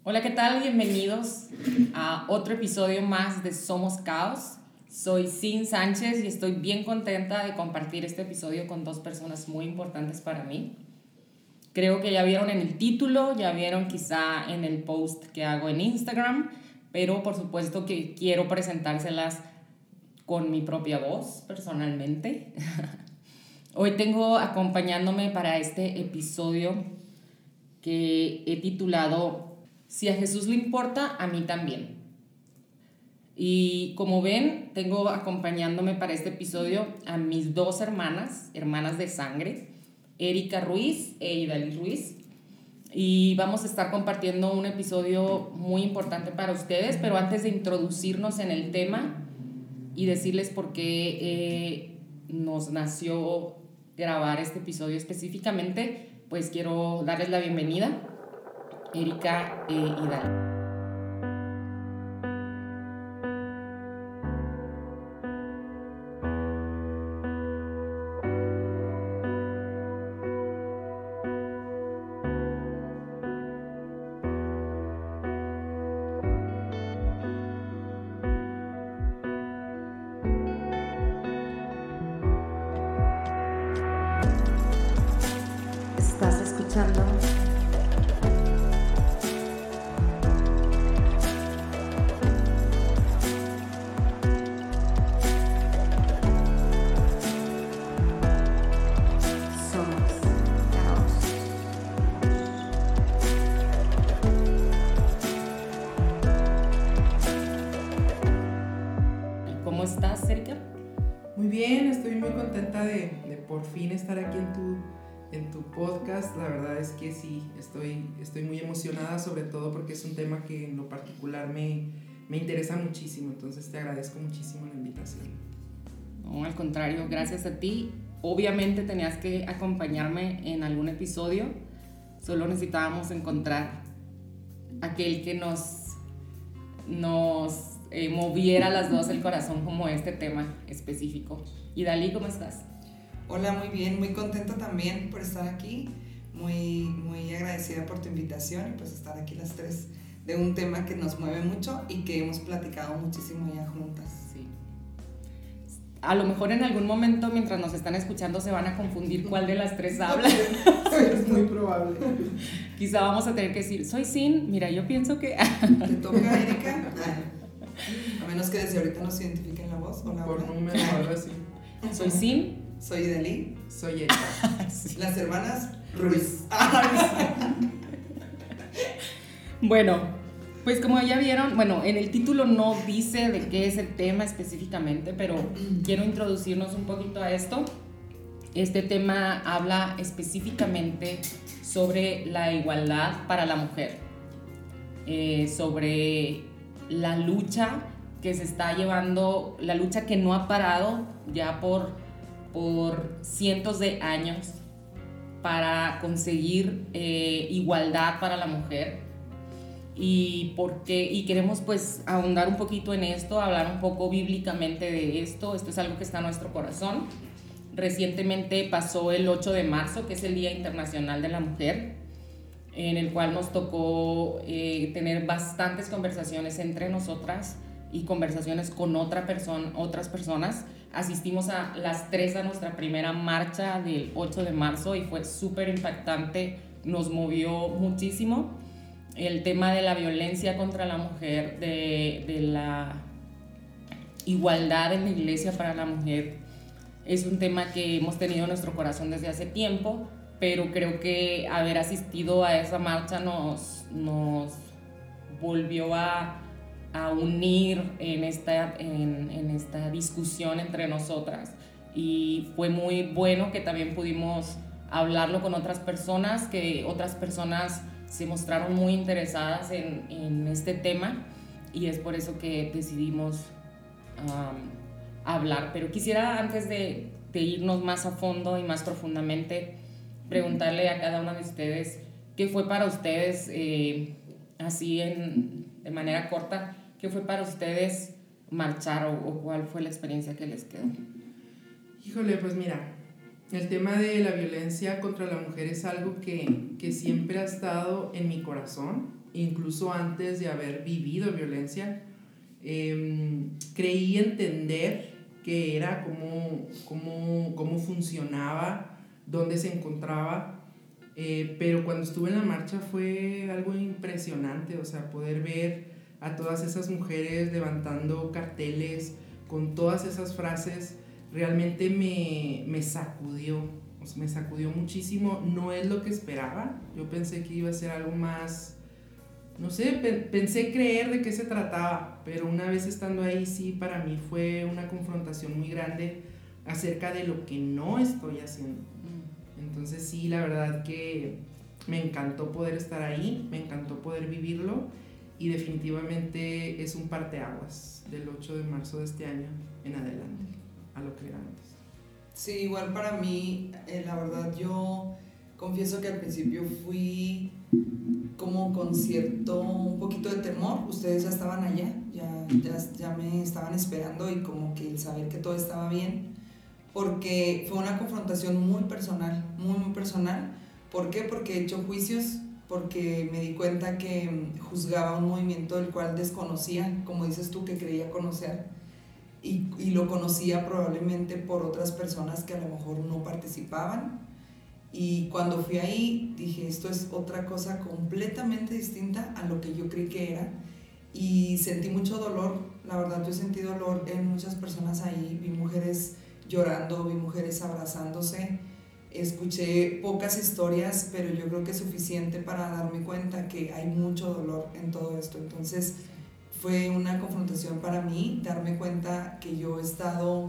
Hola, ¿qué tal? Bienvenidos a otro episodio más de Somos Caos. Soy Sin Sánchez y estoy bien contenta de compartir este episodio con dos personas muy importantes para mí. Creo que ya vieron en el título, ya vieron quizá en el post que hago en Instagram, pero por supuesto que quiero presentárselas con mi propia voz, personalmente. Hoy tengo acompañándome para este episodio que he titulado Si a Jesús le importa, a mí también. Y como ven, tengo acompañándome para este episodio a mis dos hermanas de sangre, Erika Ruiz e Idalí Ruiz. Y vamos a estar compartiendo un episodio muy importante para ustedes, pero antes de introducirnos en el tema y decirles por qué nos nació grabar este episodio específicamente, pues quiero darles la bienvenida, Erika e Idalí. Estás escuchando Somos Caos. ¿Cómo estás, Erika? Muy bien, estoy muy contenta de por fin estar aquí en tu podcast. La verdad es que sí, estoy muy emocionada, sobre todo porque es un tema que en lo particular me interesa muchísimo. Entonces te agradezco muchísimo la invitación. No, al contrario, gracias a ti. Obviamente tenías que acompañarme en algún episodio. Solo necesitábamos encontrar aquel que nos moviera a las dos el corazón como este tema específico. Y Dalí, ¿cómo estás? Hola, muy bien, muy contenta también por estar aquí, muy agradecida por tu invitación y pues estar aquí las tres de un tema que nos mueve mucho y que hemos platicado muchísimo ya juntas. Sí. A lo mejor en algún momento mientras nos están escuchando se van a confundir cuál de las tres habla. Es muy probable. Quizá vamos a tener que decir, soy Sin, mira, yo pienso que... ¿Te toca, Erika? A menos que desde ahorita nos identifiquen la voz. Hola, Por hola. número o algo así. Soy Sin. Soy Idalí, Soy Erika. Sí. las hermanas Ruiz. Bueno, pues como ya vieron, bueno, en el título no dice de qué es el tema específicamente, pero quiero introducirnos un poquito a esto. Este tema habla específicamente sobre la igualdad para la mujer, sobre la lucha que se está llevando, la lucha que no ha parado ya por cientos de años para conseguir igualdad para la mujer. Y queremos pues ahondar un poquito en esto, hablar un poco bíblicamente de esto. Esto es algo que está en nuestro corazón. Recientemente pasó el 8 de marzo, que es el Día Internacional de la Mujer, en el cual nos tocó tener bastantes conversaciones entre nosotras y conversaciones con otras personas. Asistimos a las tres a nuestra primera marcha del 8 de marzo y fue súper impactante, nos movió muchísimo. El tema de la violencia contra la mujer, de la igualdad en la iglesia para la mujer, es un tema que hemos tenido en nuestro corazón desde hace tiempo, pero creo que haber asistido a esa marcha nos volvió a unir en esta discusión entre nosotras, y fue muy bueno que también pudimos hablarlo con otras personas, que otras personas se mostraron muy interesadas en este tema, y es por eso que decidimos hablar. Pero quisiera, antes de irnos más a fondo y más profundamente, preguntarle a cada una de ustedes qué fue para ustedes, así de manera corta, qué fue para ustedes marchar o cuál fue la experiencia que les quedó. Híjole, pues mira, el tema de la violencia contra la mujer es algo que siempre ha estado en mi corazón. incluso antes de haber vivido violencia, creí entender qué era, cómo funcionaba, dónde se encontraba, pero cuando estuve en la marcha fue algo impresionante, o sea, poder ver a todas esas mujeres levantando carteles con todas esas frases, realmente me sacudió, o sea, me sacudió muchísimo. No es lo que esperaba, yo pensé que iba a ser algo más, no sé, pensé creer de qué se trataba, pero una vez estando ahí sí, para mí fue una confrontación muy grande acerca de lo que no estoy haciendo. Entonces sí, la verdad que me encantó poder estar ahí, me encantó poder vivirlo, y definitivamente es un parteaguas del 8 de marzo de este año en adelante a lo que era antes. Sí, igual para mí, la verdad yo confieso que al principio fui como con un poquito de temor. Ustedes ya estaban allá, ya me estaban esperando, y como que el saber que todo estaba bien, porque fue una confrontación muy personal, muy personal. ¿Por qué? Porque he hecho juicios, porque me di cuenta que juzgaba un movimiento del cual desconocía, como dices tú, que creía conocer, y lo conocía probablemente por otras personas que a lo mejor no participaban. Y cuando fui ahí dije, esto es otra cosa completamente distinta a lo que yo creí que era, y sentí mucho dolor. La verdad, yo sentí dolor en muchas personas ahí. Vi mujeres llorando, vi mujeres abrazándose. Escuché pocas historias, pero yo creo que es suficiente para darme cuenta que hay mucho dolor en todo esto. Entonces fue una confrontación para mí, darme cuenta que yo he estado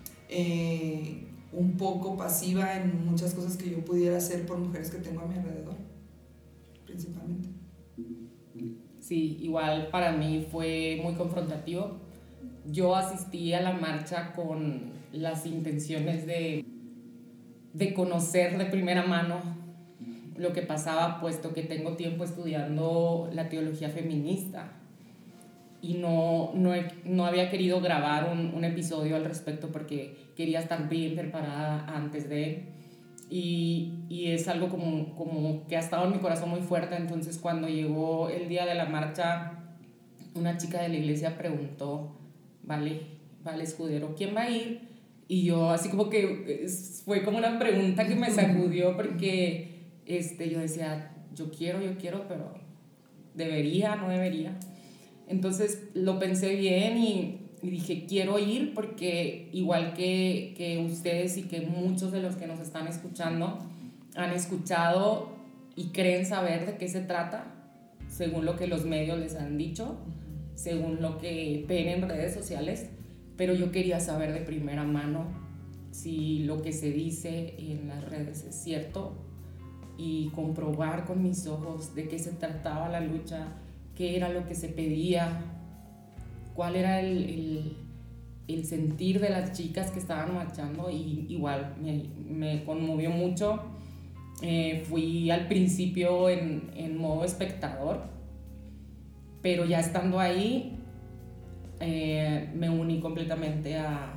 un poco pasiva en muchas cosas que yo pudiera hacer por mujeres que tengo a mi alrededor, principalmente. Sí, igual para mí fue muy confrontativo. Yo asistí a la marcha con las intenciones de conocer de primera mano lo que pasaba, puesto que tengo tiempo estudiando la teología feminista, y no había querido grabar un episodio al respecto porque quería estar bien preparada antes de, y es algo como que ha estado en mi corazón muy fuerte. Entonces cuando llegó el día de la marcha, una chica de la iglesia preguntó, Vale Escudero, ¿quién va a ir? Y yo así como que fue como una pregunta que me sacudió, porque yo decía, yo quiero, pero ¿debería, no debería? Entonces lo pensé bien y dije, quiero ir, porque igual que ustedes y que muchos de los que nos están escuchando han escuchado y creen saber de qué se trata, según lo que los medios les han dicho, según lo que ven en redes sociales, pero yo quería saber de primera mano si lo que se dice en las redes es cierto, y comprobar con mis ojos de qué se trataba la lucha, qué era lo que se pedía, cuál era el sentir de las chicas que estaban marchando. Y igual me conmovió mucho. Fui al principio en modo espectador, pero ya estando ahí me uní completamente a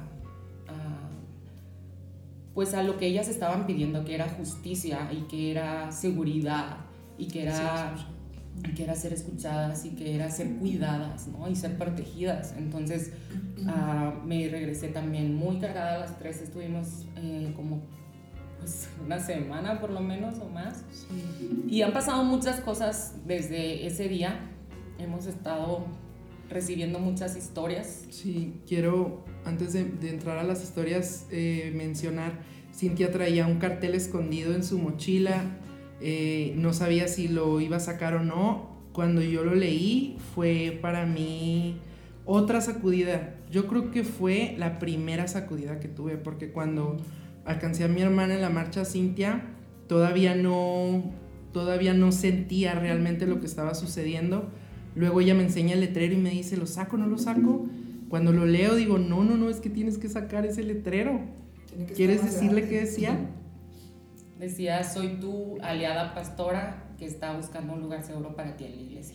lo que ellas estaban pidiendo, que era justicia y que era seguridad y que era ser escuchadas y que era ser cuidadas, ¿no? Y ser protegidas. Entonces me regresé también muy cargada. Las tres estuvimos como una semana por lo menos o más. Sí. Y han pasado muchas cosas desde ese día. Hemos estado recibiendo muchas historias. Sí, quiero, antes de entrar a las historias, mencionar, Cintia traía un cartel escondido en su mochila. No sabía si lo iba a sacar o no. Cuando yo lo leí, fue para mí otra sacudida. Yo creo que fue la primera sacudida que tuve, porque cuando alcancé a mi hermana en la marcha, Cintia, todavía no sentía realmente lo que estaba sucediendo. Luego ella me enseña el letrero y me dice, ¿lo saco o no lo saco? Cuando lo leo digo, no, es que tienes que sacar ese letrero. ¿Quieres decirle qué decía? Decía, soy tu aliada pastora que está buscando un lugar seguro para ti en la iglesia.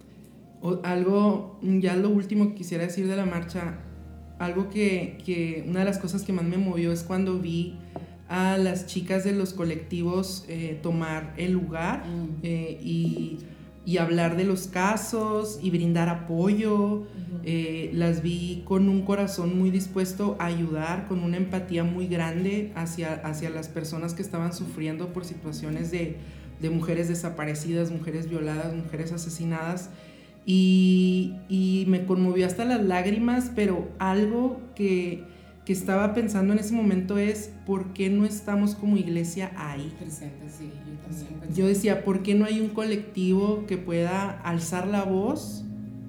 Algo, ya lo último que quisiera decir de la marcha, algo que una de las cosas que más me movió es cuando vi a las chicas de los colectivos tomar el lugar y y hablar de los casos y brindar apoyo. Las vi con un corazón muy dispuesto a ayudar, con una empatía muy grande hacia las personas que estaban sufriendo por situaciones de mujeres desaparecidas, mujeres violadas, mujeres asesinadas. Y me conmovió hasta las lágrimas, pero algo que estaba pensando en ese momento es ¿por qué no estamos como iglesia ahí? Presente, sí, yo también pensé. Yo decía, ¿por qué no hay un colectivo que pueda alzar la voz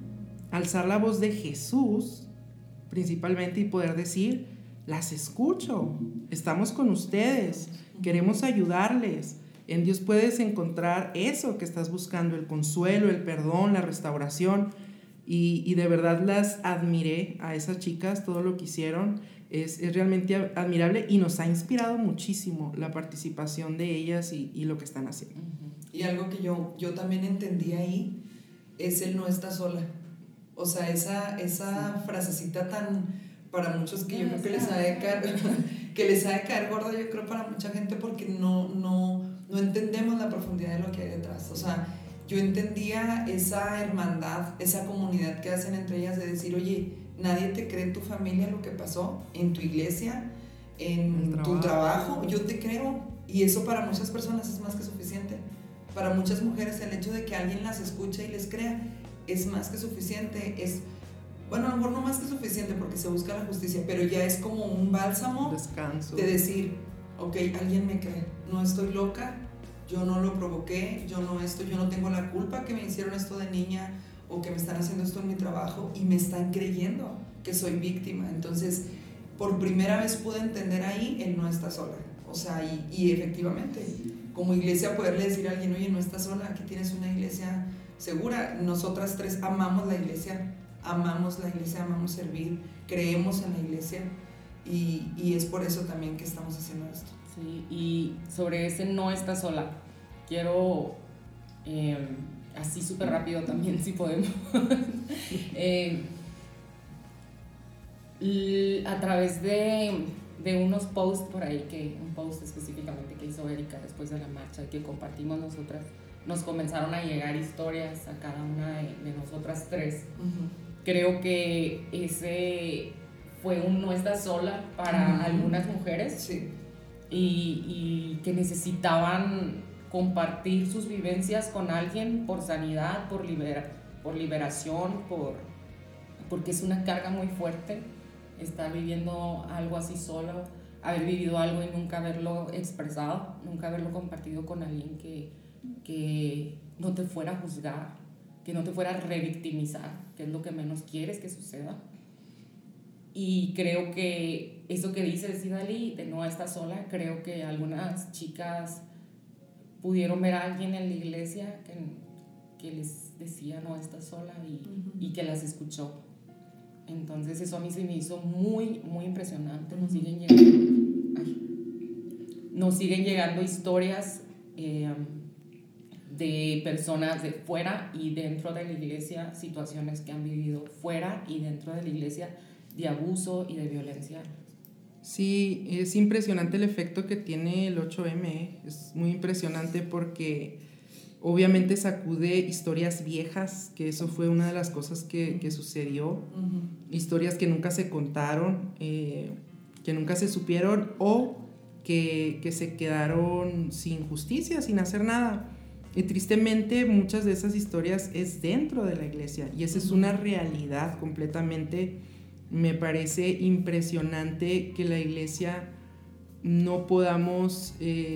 de Jesús principalmente y poder decir, las escucho, estamos con ustedes, queremos ayudarles? En Dios puedes encontrar eso que estás buscando, el consuelo, el perdón, la restauración. Y de verdad las admiré a esas chicas, todo lo que hicieron es realmente admirable y nos ha inspirado muchísimo la participación de ellas y lo que están haciendo. Y algo que yo también entendí ahí es el no está sola. O sea, esa frasecita tan, para muchos que yo creo que les ha de caer gorda, yo creo para mucha gente porque no entendemos la profundidad de lo que hay detrás. O sea, yo entendía esa hermandad, esa comunidad que hacen entre ellas de decir, oye, nadie te cree en tu familia lo que pasó, en tu iglesia, en tu trabajo, yo te creo. Y eso para muchas personas es más que suficiente. Para muchas mujeres el hecho de que alguien las escuche y les crea es más que suficiente. Bueno, a lo mejor no más que suficiente porque se busca la justicia, pero ya es como un bálsamo, descanso, de decir, ok, alguien me cree, no estoy loca, yo no lo provoqué, yo no tengo la culpa que me hicieron esto de niña o que me están haciendo esto en mi trabajo y me están creyendo que soy víctima. Entonces, por primera vez pude entender ahí el no está sola. O sea, y efectivamente, como iglesia poderle decir a alguien, oye, no estás sola, aquí tienes una iglesia segura. Nosotras tres amamos la iglesia, amamos servir, creemos en la iglesia y es por eso también que estamos haciendo esto. Sí, y sobre ese no está sola, quiero, así súper rápido también, si podemos, a través de unos posts por ahí, un post específicamente que hizo Erika después de la marcha que compartimos nosotras, nos comenzaron a llegar historias a cada una de nosotras tres. Creo que ese fue un no está sola para algunas mujeres. Sí. Y que necesitaban compartir sus vivencias con alguien por sanidad, por liberación, porque es una carga muy fuerte estar viviendo algo así solo, haber vivido algo y nunca haberlo expresado, nunca haberlo compartido con alguien que no te fuera a juzgar, que no te fuera a revictimizar, que es lo que menos quieres que suceda. Y creo que eso que dices, Idalí, de no estar sola, creo que algunas chicas pudieron ver a alguien en la iglesia que les decía no estás sola y que las escuchó. Entonces eso a mí se me hizo muy, muy impresionante. Nos siguen llegando historias de personas de fuera y dentro de la iglesia, situaciones que han vivido fuera y dentro de la iglesia, de abuso y de violencia. Sí, es impresionante el efecto que tiene el 8M, es muy impresionante porque obviamente sacude historias viejas, que eso fue una de las cosas que sucedió, historias que nunca se contaron, que nunca se supieron o que se quedaron sin justicia, sin hacer nada. Y tristemente muchas de esas historias es dentro de la iglesia y esa es una realidad completamente. Me parece impresionante que la iglesia no podamos,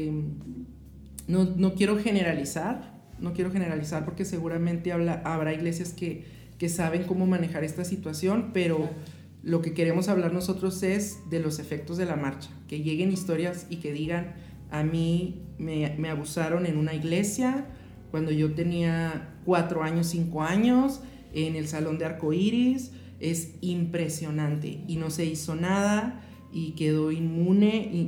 no quiero generalizar porque seguramente habrá iglesias que saben cómo manejar esta situación, pero lo que queremos hablar nosotros es de los efectos de la marcha, que lleguen historias y que digan, a mí me abusaron en una iglesia cuando yo tenía 4 años, 5 años, en el salón de Arcoíris. Es impresionante y no se hizo nada y quedó impune,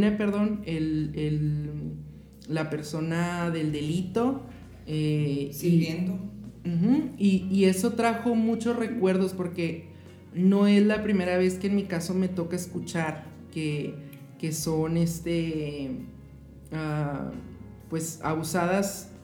la persona del delito sirviendo. Y eso trajo muchos recuerdos porque no es la primera vez que en mi caso me toca escuchar que son pues abusadas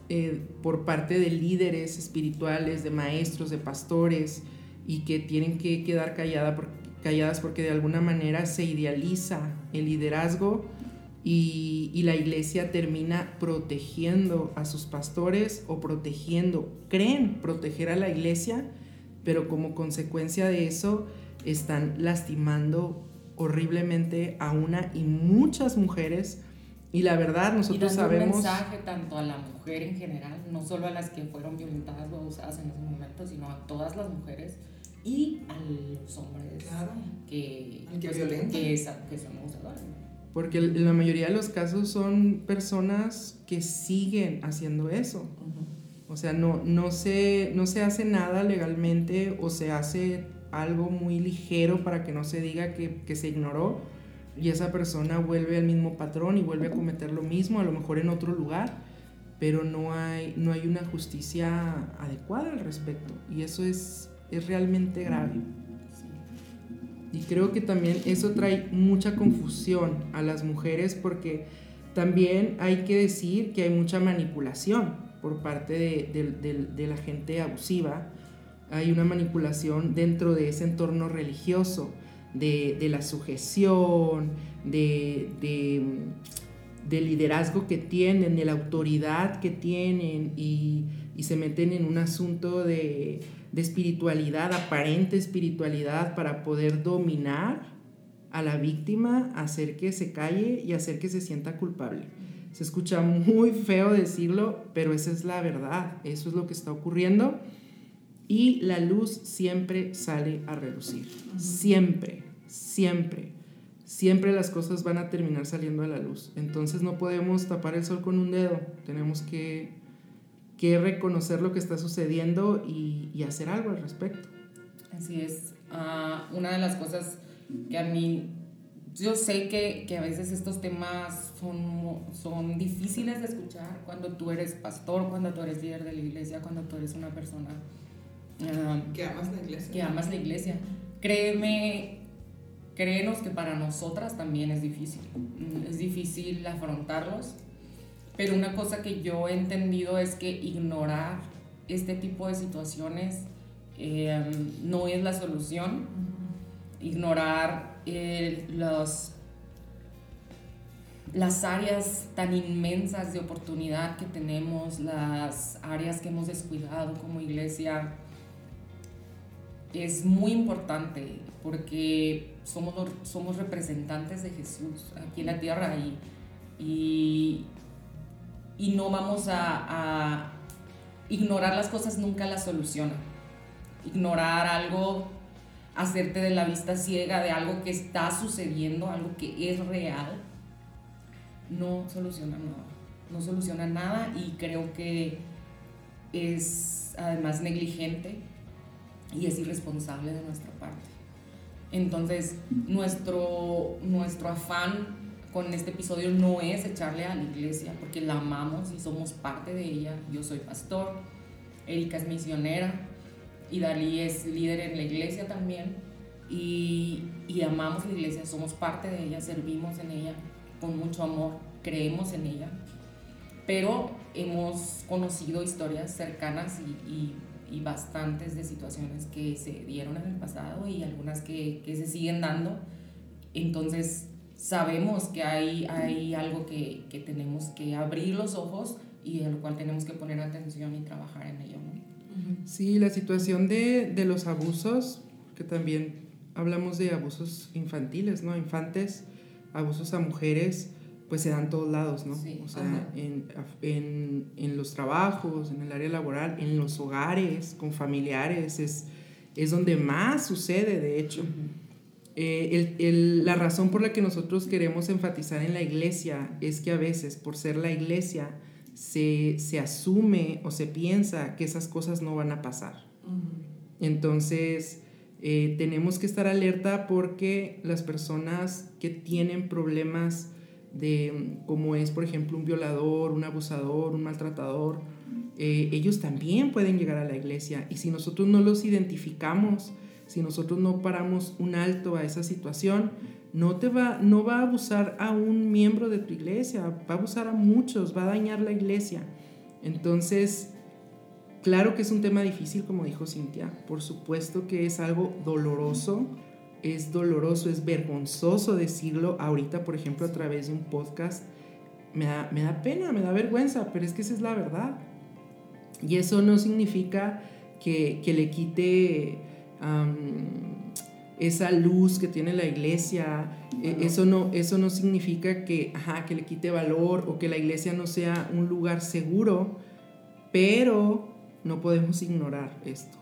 por parte de líderes espirituales, de maestros, de pastores, y que tienen que quedar calladas porque de alguna manera se idealiza el liderazgo y la iglesia termina protegiendo a sus pastores o creen proteger a la iglesia, pero como consecuencia de eso están lastimando horriblemente a una y muchas mujeres. Y la verdad, nosotros sabemos... un mensaje tanto a la mujer en general, no solo a las que fueron violentadas o abusadas en ese momento, sino a todas las mujeres y a los hombres, claro, que violentan, que son abusadores. Porque en la mayoría de los casos son personas que siguen haciendo eso. O sea, no se hace nada legalmente, o se hace algo muy ligero para que no se diga que se ignoró, y esa persona vuelve al mismo patrón y vuelve a cometer lo mismo, a lo mejor en otro lugar, pero no hay una justicia adecuada al respecto, y eso es realmente grave. Y creo que también eso trae mucha confusión a las mujeres, porque también hay que decir que hay mucha manipulación por parte de la gente abusiva. Hay una manipulación dentro de ese entorno religioso, de la sujeción, de liderazgo que tienen, de la autoridad que tienen, y se meten en un asunto de espiritualidad, aparente espiritualidad, para poder dominar a la víctima, hacer que se calle y hacer que se sienta culpable. Se escucha muy feo decirlo, pero esa es la verdad, eso es lo que está ocurriendo, y la luz siempre sale a relucir, siempre las cosas van a terminar saliendo a la luz. Entonces no podemos tapar el sol con un dedo, tenemos que reconocer lo que está sucediendo y hacer algo al respecto. Así es. Una de las cosas que a mí, yo sé que a veces estos temas son difíciles de escuchar cuando tú eres pastor, cuando tú eres líder de la iglesia, cuando tú eres una persona que amas la iglesia. Que amas la iglesia. Créenos que para nosotras también es difícil afrontarlos. Pero una cosa que yo he entendido es que ignorar este tipo de situaciones no es la solución. Ignorar las áreas tan inmensas de oportunidad que tenemos, las áreas que hemos descuidado como iglesia, es muy importante, porque somos representantes de Jesús aquí en la tierra, y no vamos a ignorar las cosas, nunca las soluciona. Ignorar algo, hacerte de la vista ciega de algo que está sucediendo, algo que es real, no soluciona nada, y creo que es además negligente y es irresponsable de nuestra parte. Entonces nuestro afán con este episodio no es echarle a la iglesia, porque la amamos y somos parte de ella. Yo soy pastor, Erika es misionera y Dalí es líder en la iglesia también, y amamos la iglesia, somos parte de ella, servimos en ella con mucho amor, creemos en ella, pero hemos conocido historias cercanas y bastantes de situaciones que se dieron en el pasado, y algunas que se siguen dando. Entonces sabemos que hay algo que tenemos que abrir los ojos y al cual tenemos que poner atención y trabajar en ello, ¿no? Sí, la situación de los abusos, que también hablamos de abusos infantiles, ¿no? Infantes, abusos a mujeres, pues se dan en todos lados, ¿no? Sí. O sea, en los trabajos, en el área laboral, en los hogares, con familiares, es donde más sucede, de hecho. La razón por la que nosotros queremos enfatizar en la iglesia es que a veces, por ser la iglesia, se asume o se piensa que esas cosas no van a pasar. Entonces tenemos que estar alerta, porque las personas que tienen problemas como es, por ejemplo, un violador, un abusador, un maltratador, ellos también pueden llegar a la iglesia, y si nosotros no los identificamos, si nosotros no paramos un alto a esa situación, no va a abusar a un miembro de tu iglesia, va a abusar a muchos, va a dañar la iglesia. Entonces, claro que es un tema difícil, como dijo Cintia. Por supuesto que es algo doloroso, es vergonzoso decirlo ahorita, por ejemplo, a través de un podcast. Me da pena, me da vergüenza, pero es que esa es la verdad. Y eso no significa que le quite esa luz que tiene la iglesia. Eso no significa que le quite valor o que la iglesia no sea un lugar seguro, pero no podemos ignorar esto.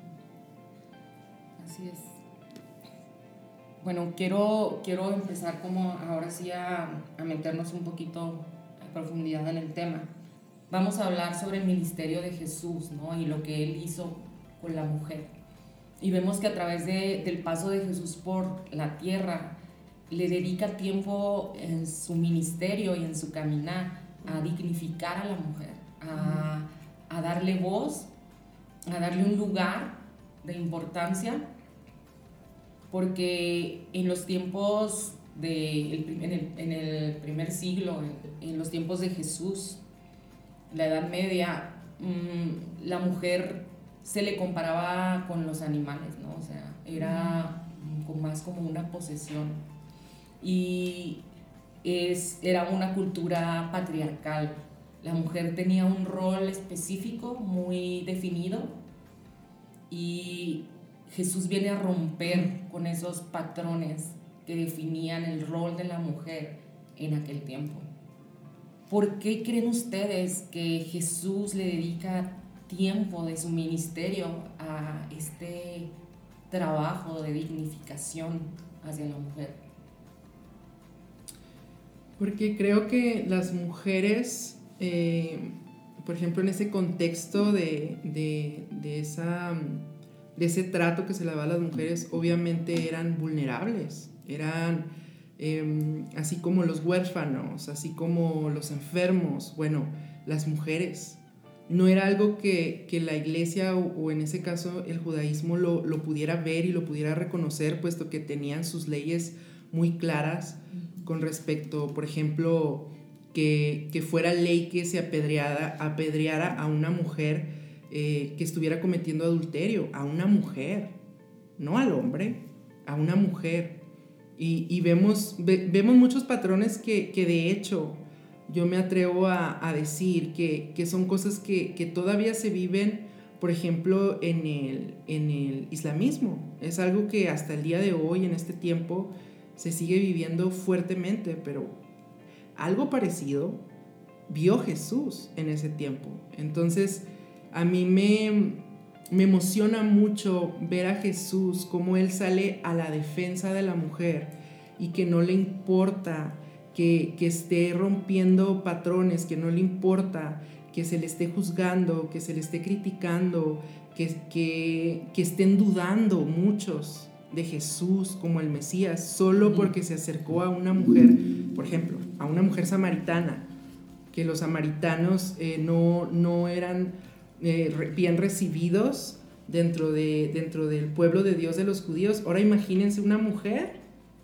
Así es. Bueno, quiero empezar como ahora sí a meternos un poquito a profundidad en el tema. Vamos a hablar sobre el ministerio de Jesús, ¿no? Y lo que Él hizo con la mujer. Y vemos que a través del paso de Jesús por la tierra, le dedica tiempo en su ministerio y en su caminar a dignificar a la mujer, a darle voz, a darle un lugar de importancia, porque en los tiempos en el primer siglo, en los tiempos de Jesús, la Edad Media, la mujer se le comparaba con los animales, ¿no? O sea, era más como una posesión. Y era una cultura patriarcal. La mujer tenía un rol específico, muy definido, y Jesús viene a romper con esos patrones que definían el rol de la mujer en aquel tiempo. ¿Por qué creen ustedes que Jesús le dedica tiempo de su ministerio a este trabajo de dignificación hacia la mujer? Porque creo que las mujeres, por ejemplo, en ese contexto de ese trato que se le daba a las mujeres, obviamente eran vulnerables, eran así como los huérfanos, así como los enfermos. Bueno, las mujeres. No era algo que la iglesia o en ese caso el judaísmo lo pudiera ver y lo pudiera reconocer, puesto que tenían sus leyes muy claras con respecto, por ejemplo, que fuera ley que se apedreara a una mujer que estuviera cometiendo adulterio, a una mujer, no al hombre, a una mujer. Y vemos muchos patrones que de hecho yo me atrevo a decir que son cosas que todavía se viven, por ejemplo, en el islamismo. Es algo que hasta el día de hoy, en este tiempo, se sigue viviendo fuertemente, pero algo parecido vio Jesús en ese tiempo. Entonces, a mí me emociona mucho ver a Jesús, cómo Él sale a la defensa de la mujer y que no le importa que esté rompiendo patrones, que no le importa que se le esté juzgando, que se le esté criticando, que estén dudando muchos de Jesús como el Mesías, solo porque se acercó a una mujer, por ejemplo, a una mujer samaritana, que los samaritanos no eran bien recibidos dentro del pueblo de Dios de los judíos. Ahora imagínense una mujer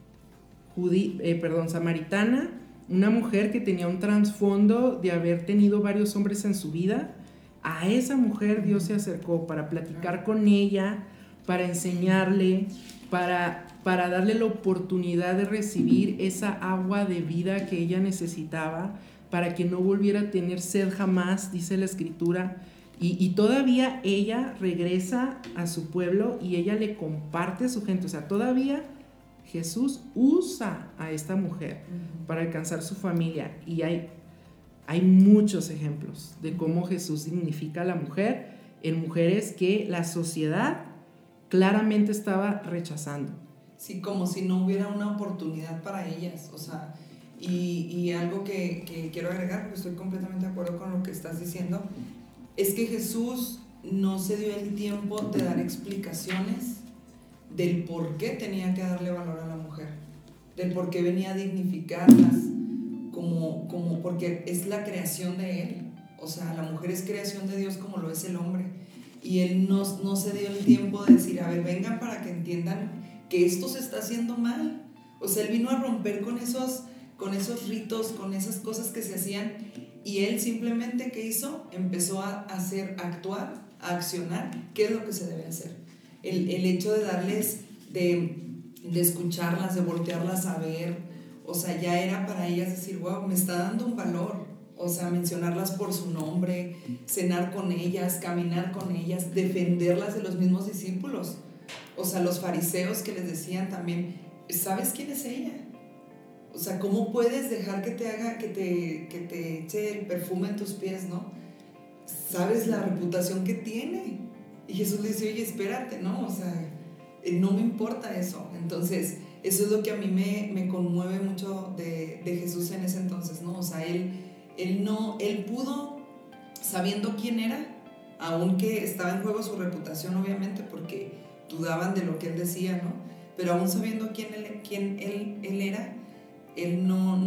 samaritana, una mujer que tenía un trasfondo de haber tenido varios hombres en su vida. A esa mujer Dios se acercó para platicar con ella, para enseñarle, para darle la oportunidad de recibir esa agua de vida que ella necesitaba, para que no volviera a tener sed jamás, dice la Escritura. Y todavía ella regresa a su pueblo y ella le comparte a su gente. O sea, todavía Jesús usa a esta mujer para alcanzar su familia. Y hay muchos ejemplos de cómo Jesús dignifica a la mujer en mujeres que la sociedad claramente estaba rechazando. Sí, como si no hubiera una oportunidad para ellas. O sea, y algo que quiero agregar, porque estoy completamente de acuerdo con lo que estás diciendo, es que Jesús no se dio el tiempo de dar explicaciones del por qué tenía que darle valor a la mujer, del por qué venía a dignificarlas, como porque es la creación de Él. O sea, la mujer es creación de Dios como lo es el hombre. Y Él no se dio el tiempo de decir, a ver, vengan para que entiendan que esto se está haciendo mal. O sea, Él vino a romper con esos ritos, con esas cosas que se hacían Y él simplemente, ¿qué hizo? Empezó a actuar, a accionar, ¿qué es lo que se debe hacer? El hecho de darles, de escucharlas, de voltearlas a ver, o sea, ya era para ellas decir, wow, me está dando un valor, o sea, mencionarlas por su nombre, cenar con ellas, caminar con ellas, defenderlas de los mismos discípulos, o sea, los fariseos que les decían también, ¿sabes quién es ella? O sea, ¿cómo puedes dejar que te eche el perfume en tus pies, no? ¿Sabes la reputación que tiene? Y Jesús le dice, oye, espérate, ¿no? O sea, no me importa eso. Entonces, eso es lo que a mí me conmueve mucho de Jesús en ese entonces, ¿no? O sea, él pudo, sabiendo quién era, aunque estaba en juego su reputación, obviamente, porque dudaban de lo que él decía, ¿no? Pero aún sabiendo quién él era, él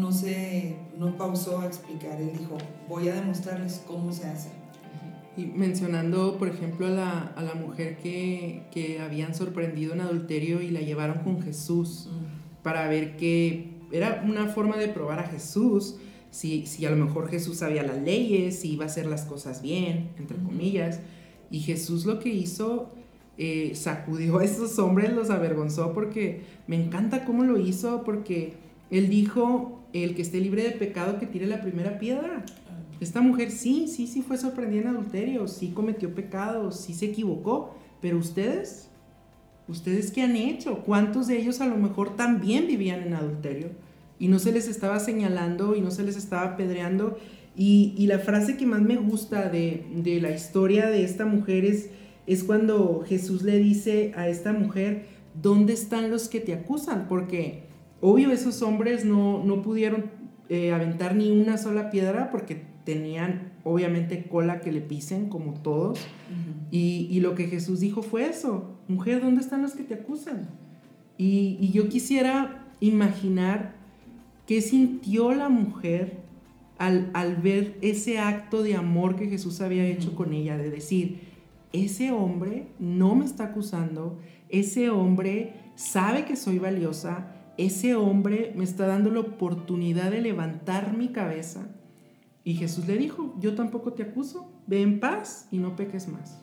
no pausó a explicar, él dijo, voy a demostrarles cómo se hace. Y mencionando, por ejemplo, a la mujer que habían sorprendido en adulterio y la llevaron con Jesús para ver que era una forma de probar a Jesús, si a lo mejor Jesús sabía las leyes, si iba a hacer las cosas bien, entre comillas. Y Jesús lo que hizo, sacudió a esos hombres, los avergonzó, porque me encanta cómo lo hizo, porque él dijo, el que esté libre de pecado que tire la primera piedra. Esta mujer sí fue sorprendida en adulterio, sí cometió pecados, sí se equivocó, pero ¿ustedes qué han hecho? ¿Cuántos de ellos a lo mejor también vivían en adulterio? Y no se les estaba señalando y no se les estaba apedreando. Y la frase que más me gusta de la historia de esta mujer es cuando Jesús le dice a esta mujer, ¿dónde están los que te acusan? Porque obvio esos hombres no pudieron aventar ni una sola piedra porque tenían obviamente cola que le pisen como todos. Y lo que Jesús dijo fue eso, mujer, ¿dónde están los que te acusan? Y yo quisiera imaginar qué sintió la mujer al ver ese acto de amor que Jesús había hecho con ella, de decir, ese hombre no me está acusando, ese hombre sabe que soy valiosa, ese hombre me está dando la oportunidad de levantar mi cabeza. Y Jesús le dijo, yo tampoco te acuso, ve en paz y no peques más.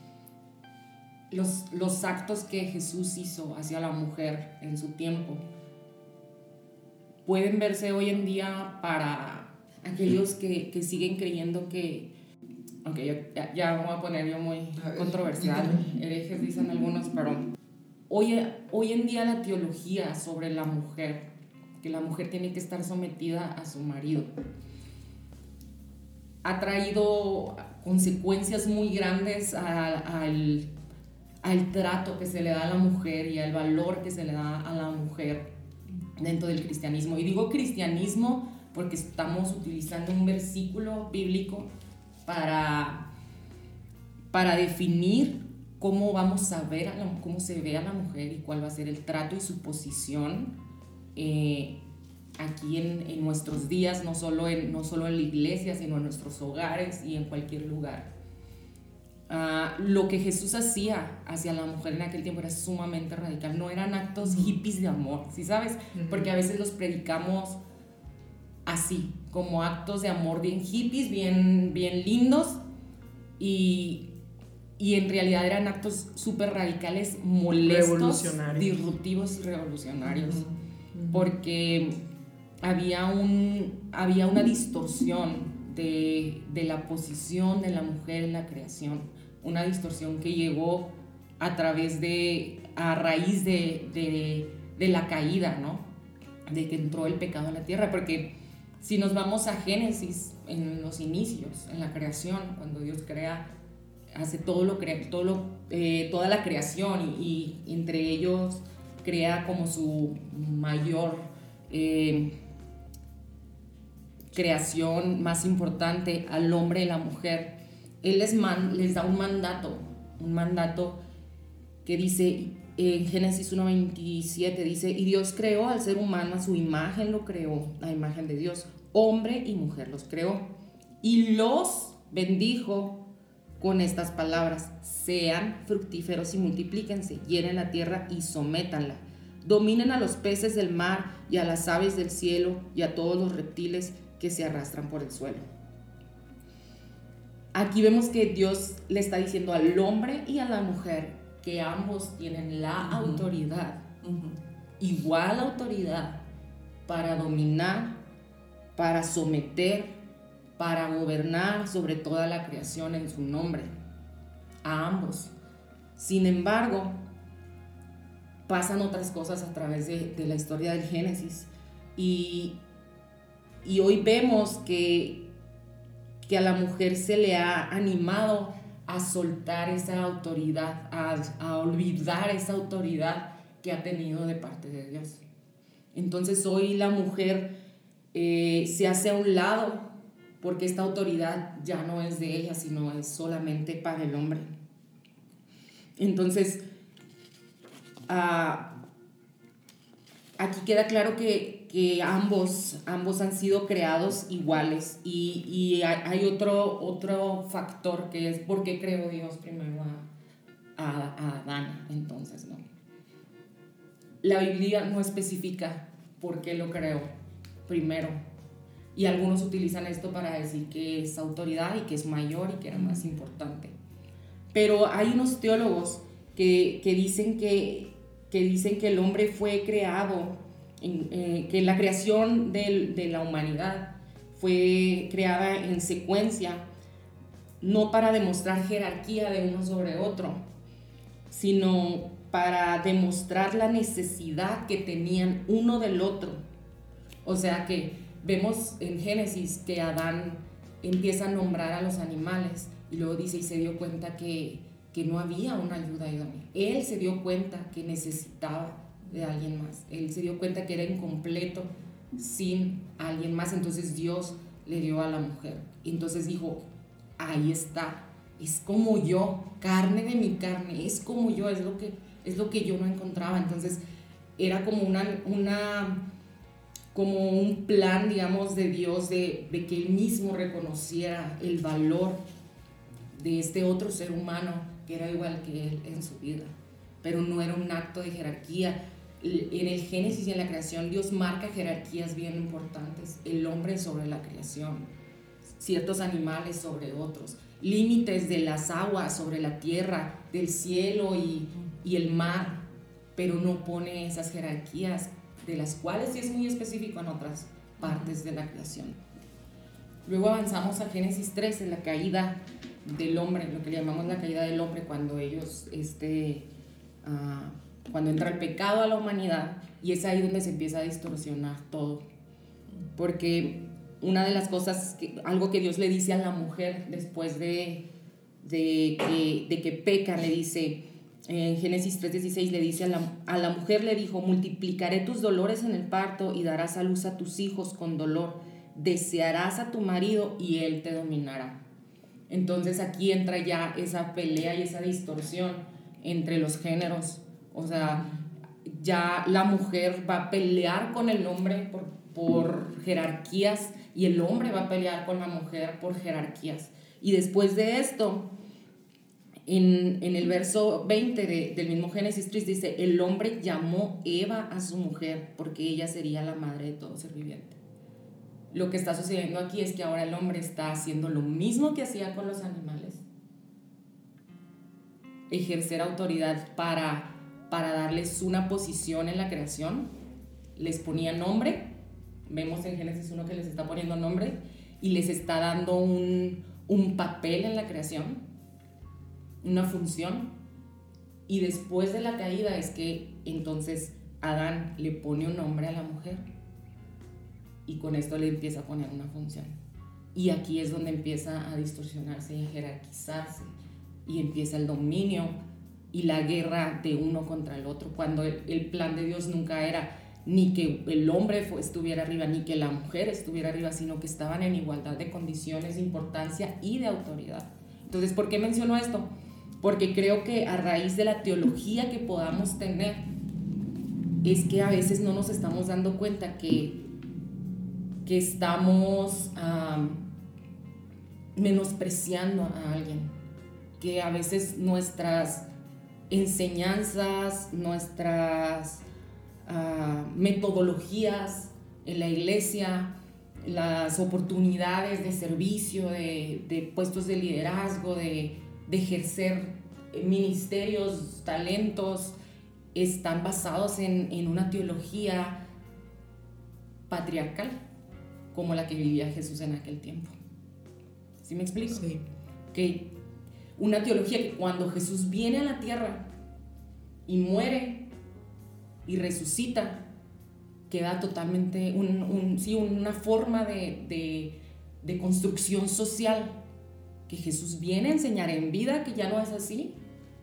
Los actos que Jesús hizo hacia la mujer en su tiempo pueden verse hoy en día para aquellos que siguen creyendo que, aunque ya me voy a poner yo muy controversial, herejes dicen algunos, pero hoy en día la teología sobre la mujer, que la mujer tiene que estar sometida a su marido, ha traído consecuencias muy grandes al trato que se le da a la mujer y al valor que se le da a la mujer dentro del cristianismo. Y digo cristianismo porque estamos utilizando un versículo bíblico para definir cómo vamos a ver cómo se ve a la mujer y cuál va a ser el trato y su posición aquí en nuestros días, no solo en la iglesia, sino en nuestros hogares y en cualquier lugar. Lo que Jesús hacía hacia la mujer en aquel tiempo era sumamente radical, no eran actos hippies de amor, ¿sí sabes? Porque a veces los predicamos así, como actos de amor bien hippies, bien lindos, y en realidad eran actos súper radicales, molestos, disruptivos y revolucionarios, porque había una distorsión de la posición de la mujer en la creación, una distorsión que llegó a raíz de la caída, ¿no? De que entró el pecado a la tierra, porque si nos vamos a Génesis, en los inicios, en la creación, cuando Dios hace toda la creación y entre ellos crea como su mayor creación más importante al hombre y la mujer, Él les da un mandato que dice en Génesis 1:27, dice, y Dios creó al ser humano, a su imagen lo creó, a imagen de Dios, hombre y mujer los creó, y los bendijo con estas palabras, sean fructíferos y multiplíquense, llenen la tierra y sométanla, dominen a los peces del mar y a las aves del cielo y a todos los reptiles que se arrastran por el suelo. aquí vemos que Dios le está diciendo al hombre y a la mujer que ambos tienen la autoridad, igual autoridad, para dominar, para someter, para gobernar sobre toda la creación en su nombre, a ambos. Sin embargo, pasan otras cosas a través de la historia del Génesis, y hoy vemos que a la mujer se le ha animado a soltar esa autoridad, a olvidar esa autoridad que ha tenido de parte de Dios. Entonces hoy la mujer se hace a un lado porque esta autoridad ya no es de ella, sino es solamente para el hombre. Entonces, aquí queda claro que ambos han sido creados iguales, y hay otro factor, que es por qué creó Dios primero a Adán. Entonces, ¿no? La Biblia no especifica por qué lo creó primero, y algunos utilizan esto para decir que es autoridad y que es mayor y que era más importante. Pero hay unos teólogos que dicen que el hombre fue creado, que la creación de la humanidad fue creada en secuencia, no para demostrar jerarquía de uno sobre otro, sino para demostrar la necesidad que tenían uno del otro. O sea que vemos en Génesis que Adán empieza a nombrar a los animales, y luego dice, y se dio cuenta que no había una ayuda idónea. Él se dio cuenta que necesitaba de alguien más. Él se dio cuenta que era incompleto sin alguien más. Entonces Dios le dio a la mujer. Entonces dijo, ahí está, es como yo, carne de mi carne, es como yo, es lo que yo no encontraba. Entonces era como como un plan, digamos, de Dios, de que Él mismo reconociera el valor de este otro ser humano que era igual que Él en su vida, pero no era un acto de jerarquía. En el Génesis y en la creación Dios marca jerarquías bien importantes: el hombre sobre la creación, ciertos animales sobre otros, límites de las aguas sobre la tierra, del cielo y el mar, pero no pone esas jerarquías, de las cuales sí es muy específico en otras partes de la creación. Luego avanzamos a Génesis 13, la caída del hombre, lo que le llamamos la caída del hombre, cuando cuando entra el pecado a la humanidad, y es ahí donde se empieza a distorsionar todo, porque una de las cosas, algo que Dios le dice a la mujer después de que peca, le dice en Génesis 3:16, le dice a la mujer, le dijo, multiplicaré tus dolores en el parto y darás a luz a tus hijos con dolor, desearás a tu marido y él te dominará. Entonces aquí entra ya esa pelea y esa distorsión entre los géneros. O sea, ya la mujer va a pelear con el hombre por jerarquías, y el hombre va a pelear con la mujer por jerarquías. Y después de esto, en el verso 20 del mismo Génesis 3 dice, el hombre llamó Eva a su mujer porque ella sería la madre de todo ser viviente. Lo que está sucediendo aquí es que ahora el hombre está haciendo lo mismo que hacía con los animales: ejercer autoridad para darles una posición en la creación. Les ponía nombre, vemos en Génesis 1 que les está poniendo nombre, y les está dando un papel en la creación, una función. Y después de la caída es que entonces Adán le pone un nombre a la mujer, y con esto le empieza a poner una función. Y aquí es donde empieza a distorsionarse y a jerarquizarse, y empieza el dominio y la guerra de uno contra el otro, cuando el plan de Dios nunca era ni que el hombre estuviera arriba, ni que la mujer estuviera arriba, sino que estaban en igualdad de condiciones, de importancia y de autoridad. Entonces, ¿por qué menciono esto? Porque creo que a raíz de la teología que podamos tener, es que a veces no nos estamos dando cuenta que estamos menospreciando a alguien, que a veces nuestras enseñanzas, nuestras metodologías en la iglesia, las oportunidades de servicio, de puestos de liderazgo, de ejercer ministerios, talentos, están basados en una teología patriarcal, como la que vivía Jesús en aquel tiempo. ¿Sí me explico? Sí. Que una teología que cuando Jesús viene a la tierra y muere y resucita, queda totalmente una forma de construcción social, que Jesús viene a enseñar en vida que ya no es así,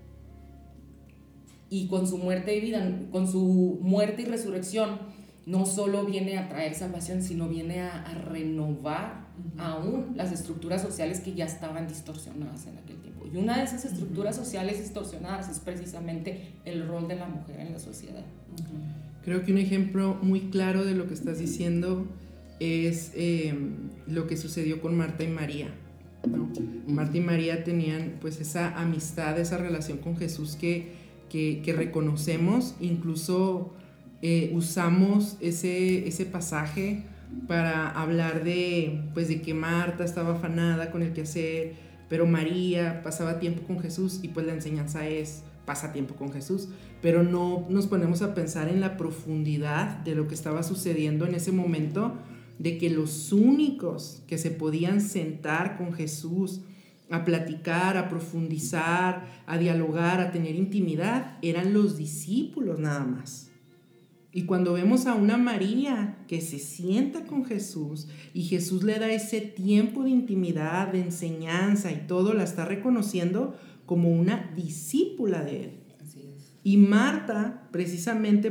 y con su muerte y vida, con su muerte y resurrección, no solo viene a traer salvación, sino viene a renovar aún las estructuras sociales que ya estaban distorsionadas en aquel tiempo. Y una de esas estructuras sociales distorsionadas es precisamente el rol de la mujer en la sociedad. Creo que un ejemplo muy claro de lo que estás diciendo es lo que sucedió con Marta y María, ¿no? Marta y María tenían pues esa amistad, esa relación con Jesús que reconocemos, incluso usamos ese pasaje para hablar de que Marta estaba afanada con el quehacer, pero María pasaba tiempo con Jesús, y pues la enseñanza es: pasa tiempo con Jesús, pero no nos ponemos a pensar en la profundidad de lo que estaba sucediendo en ese momento, de que los únicos que se podían sentar con Jesús a platicar, a profundizar, a dialogar, a tener intimidad, eran los discípulos nada más. Y cuando vemos a una María que se sienta con Jesús y Jesús le da ese tiempo de intimidad, de enseñanza y todo, la está reconociendo como una discípula de él. Así es. Y Marta, precisamente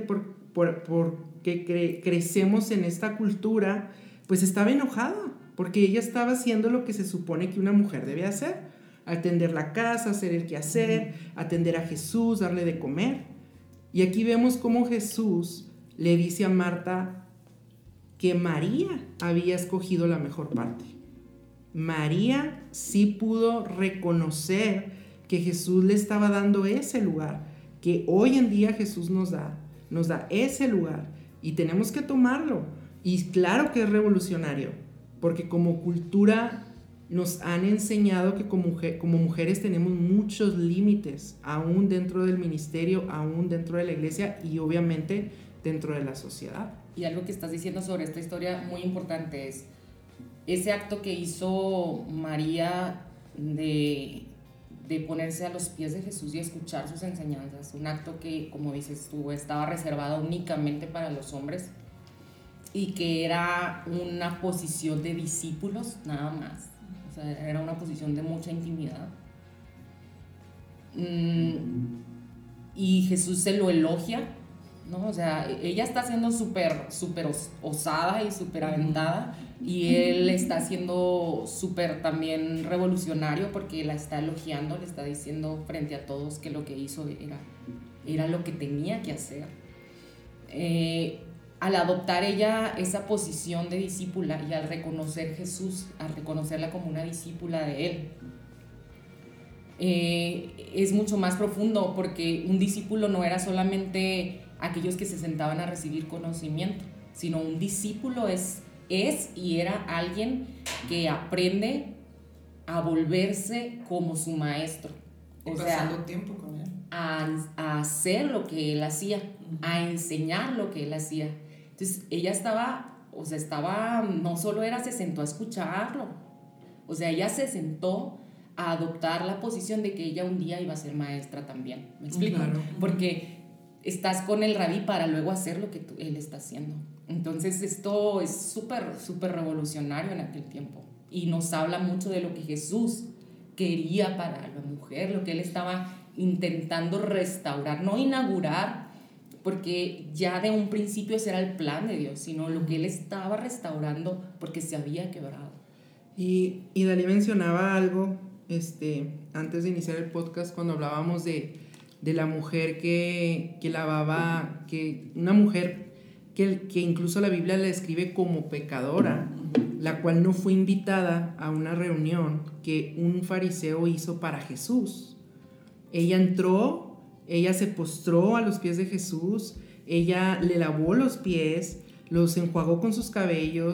porque crecemos en esta cultura, pues estaba enojada, porque ella estaba haciendo lo que se supone que una mujer debe hacer: atender la casa, hacer el quehacer, atender a Jesús, darle de comer. Y aquí vemos cómo Jesús le dice a Marta que María había escogido la mejor parte. María sí pudo reconocer que Jesús le estaba dando ese lugar, que hoy en día Jesús nos da ese lugar, y tenemos que tomarlo. Y claro que es revolucionario, porque como cultura nos han enseñado que como mujeres tenemos muchos límites, aún dentro del ministerio, aún dentro de la iglesia y obviamente dentro de la sociedad. Y algo que estás diciendo sobre esta historia muy importante es ese acto que hizo María de ponerse a los pies de Jesús y escuchar sus enseñanzas, un acto que, como dices tú, estaba reservado únicamente para los hombres y que era una posición de discípulos nada más. O sea, era una posición de mucha intimidad. Y Jesús se lo elogia, ¿no? O sea, ella está siendo súper osada y súper aventada, y él está siendo súper también revolucionario, porque la está elogiando, le está diciendo frente a todos que lo que hizo era lo que tenía que hacer. Al adoptar ella esa posición de discípula y al reconocer Jesús, al reconocerla como una discípula de él, es mucho más profundo, porque un discípulo no era solamente aquellos que se sentaban a recibir conocimiento, sino un discípulo es y era alguien que aprende a volverse como su maestro. O pasando tiempo con él. A hacer lo que él hacía, a enseñar lo que él hacía. Entonces ella no solo se sentó a escucharlo, o sea, ella se sentó a adoptar la posición de que ella un día iba a ser maestra también. ¿Me explico? Claro. Porque estás con el rabí para luego hacer lo que él está haciendo. Entonces esto es súper revolucionario en aquel tiempo, y nos habla mucho de lo que Jesús quería para la mujer, lo que él estaba intentando restaurar, no inaugurar, porque ya de un principio ese era el plan de Dios, sino lo que él estaba restaurando porque se había quebrado. Y Dalí mencionaba algo antes de iniciar el podcast, cuando hablábamos de la mujer que lavaba, que una mujer que incluso la Biblia la describe como pecadora, la cual no fue invitada a una reunión que un fariseo hizo para Jesús. Ella entró, ella se postró a los pies de Jesús, ella le lavó los pies, los enjuagó con sus cabellos,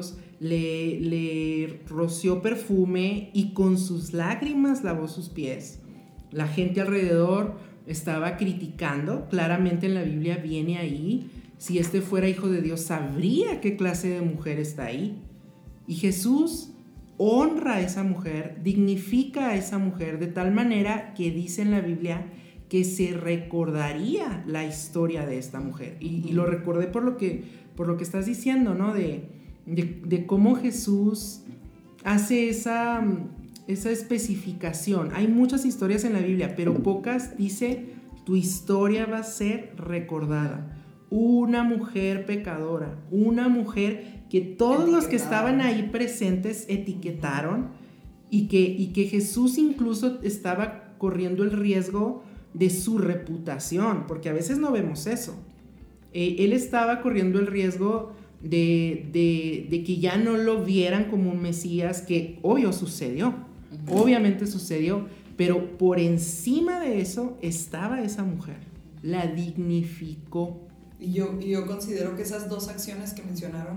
le roció perfume y con sus lágrimas lavó sus pies. La gente alrededor estaba criticando, claramente en la Biblia viene ahí, si este fuera hijo de Dios sabría qué clase de mujer está ahí. Y Jesús honra a esa mujer, dignifica a esa mujer de tal manera que dice en la Biblia que se recordaría la historia de esta mujer. Y lo recordé por lo que estás diciendo, ¿no? De cómo Jesús hace esa especificación. Hay muchas historias en la Biblia, pero pocas dice, tu historia va a ser recordada. Una mujer pecadora, una mujer que todos los que estaban ahí presentes etiquetaron y que Jesús incluso estaba corriendo el riesgo de su reputación, porque a veces no vemos eso. Él estaba corriendo el riesgo de que ya no lo vieran como un Mesías, que obvio sucedió, obviamente sucedió, pero por encima de eso estaba esa mujer, la dignificó. Y yo considero que esas dos acciones que mencionaron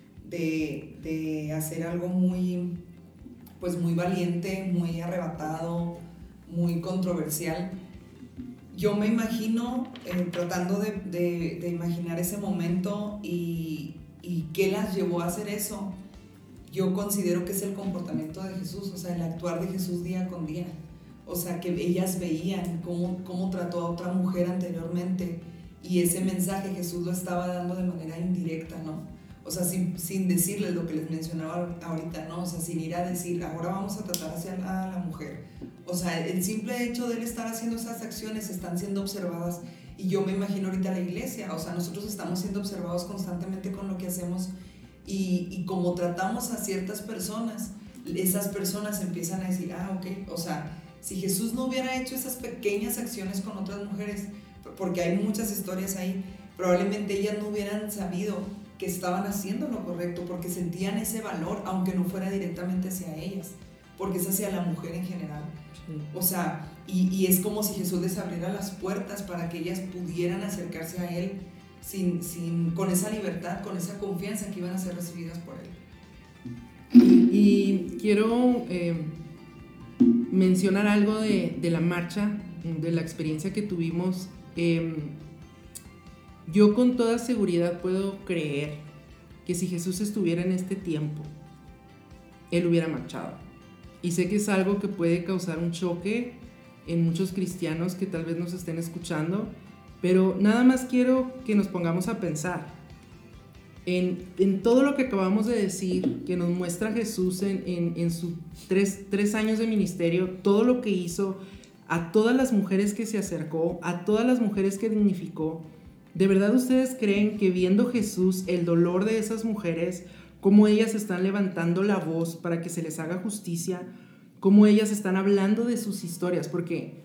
de hacer algo muy, pues muy valiente, muy arrebatado, muy controversial, yo me imagino tratando de imaginar ese momento y qué las llevó a hacer eso. Yo considero que es el comportamiento de Jesús, o sea, el actuar de Jesús día con día. O sea, que ellas veían cómo trató a otra mujer anteriormente y ese mensaje Jesús lo estaba dando de manera indirecta, ¿no? O sea, sin decirles lo que les mencionaba ahorita, ¿no? O sea, sin ir a decir, ahora vamos a tratar hacia a la mujer. O sea, el simple hecho de él estar haciendo esas acciones están siendo observadas. Y yo me imagino ahorita la iglesia, o sea, nosotros estamos siendo observados constantemente con lo que hacemos y como tratamos a ciertas personas, esas personas empiezan a decir, ok, o sea, si Jesús no hubiera hecho esas pequeñas acciones con otras mujeres, porque hay muchas historias ahí, probablemente ellas no hubieran sabido que estaban haciendo lo correcto, porque sentían ese valor, aunque no fuera directamente hacia ellas, porque es hacia la mujer en general. Sí. O sea, y es como si Jesús les abriera las puertas para que ellas pudieran acercarse a Él con esa libertad, con esa confianza que iban a ser recibidas por Él. Y quiero mencionar algo de la marcha, de la experiencia que tuvimos. Yo con toda seguridad puedo creer que si Jesús estuviera en este tiempo, Él hubiera marchado. Y sé que es algo que puede causar un choque en muchos cristianos que tal vez nos estén escuchando, pero nada más quiero que nos pongamos a pensar en todo lo que acabamos de decir, que nos muestra Jesús en sus tres años de ministerio, todo lo que hizo, a todas las mujeres que se acercó, a todas las mujeres que dignificó. ¿De verdad ustedes creen que viendo Jesús el dolor de esas mujeres, cómo ellas están levantando la voz para que se les haga justicia, cómo ellas están hablando de sus historias? Porque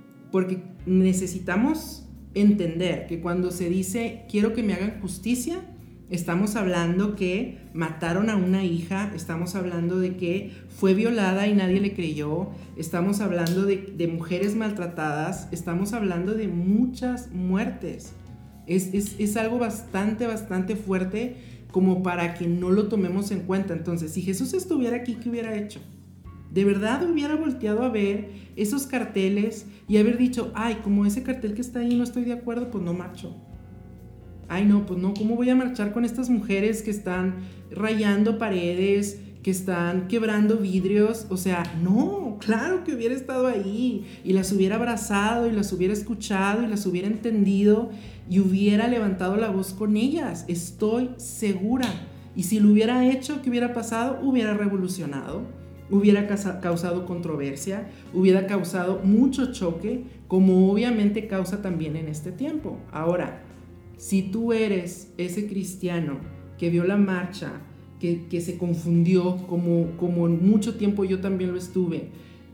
necesitamos entender que cuando se dice quiero que me hagan justicia, estamos hablando que mataron a una hija, estamos hablando de que fue violada y nadie le creyó, estamos hablando de mujeres maltratadas, estamos hablando de muchas muertes. Es algo bastante fuerte como para que no lo tomemos en cuenta. Entonces, si Jesús estuviera aquí, ¿qué hubiera hecho? ¿De verdad hubiera volteado a ver esos carteles y haber dicho, ay, como ese cartel que está ahí no estoy de acuerdo, pues no marcho? Ay, no, pues no, ¿cómo voy a marchar con estas mujeres que están rayando paredes, que están quebrando vidrios? O sea, no, claro que hubiera estado ahí y las hubiera abrazado y las hubiera escuchado y las hubiera entendido y hubiera levantado la voz con ellas, estoy segura. Y si lo hubiera hecho, ¿qué hubiera pasado? Hubiera revolucionado, hubiera causado controversia, hubiera causado mucho choque, como obviamente causa también en este tiempo. Ahora, si tú eres ese cristiano que vio la marcha, que se confundió, como en mucho tiempo yo también lo estuve,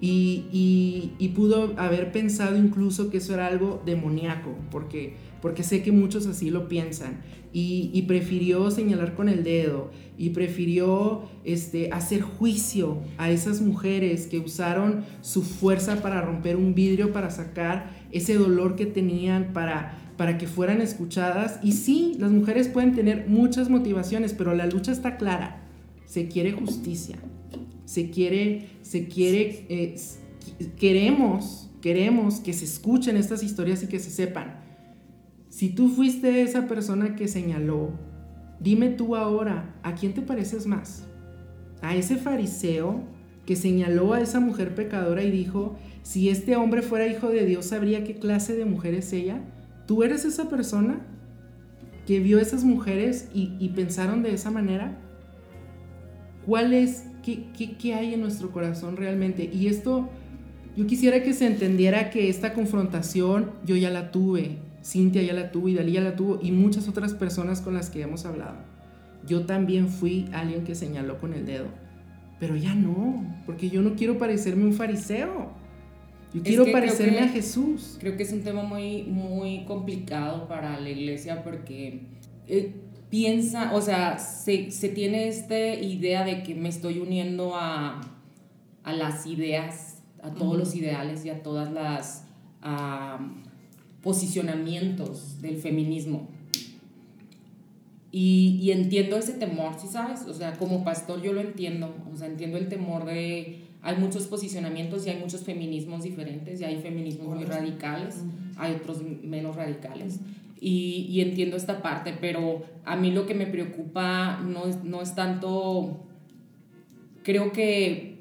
y pudo haber pensado incluso que eso era algo demoníaco, porque sé que muchos así lo piensan, y prefirió señalar con el dedo, y prefirió hacer juicio a esas mujeres que usaron su fuerza para romper un vidrio, para sacar ese dolor que tenían, para que fueran escuchadas. Y sí, las mujeres pueden tener muchas motivaciones, pero la lucha está clara. se quiere justicia, queremos que se escuchen estas historias y que se sepan. Si tú fuiste esa persona que señaló, dime tú ahora, ¿a quién te pareces más? ¿A ese fariseo que señaló a esa mujer pecadora y dijo, si este hombre fuera hijo de Dios, ¿sabría qué clase de mujer es ella? ¿Tú eres esa persona que vio a esas mujeres y pensaron de esa manera? ¿Qué hay en nuestro corazón realmente? Y esto, yo quisiera que se entendiera que esta confrontación yo ya la tuve, Cintia ya la tuvo y Dalí ya la tuvo y muchas otras personas con las que hemos hablado. Yo también fui alguien que señaló con el dedo, pero ya no, porque yo no quiero parecerme un fariseo. Yo quiero parecerme a Jesús. Creo que es un tema muy, muy complicado para la iglesia porque piensa, o sea, se tiene esta idea de que me estoy uniendo a las ideas, a todos los ideales y a todas las posicionamientos del feminismo. Y entiendo ese temor, ¿sí sabes? O sea, como pastor yo lo entiendo, o sea, entiendo el temor de... Hay muchos posicionamientos y hay muchos feminismos diferentes y hay feminismos muy radicales, hay otros menos radicales y entiendo esta parte, pero a mí lo que me preocupa no es tanto, creo que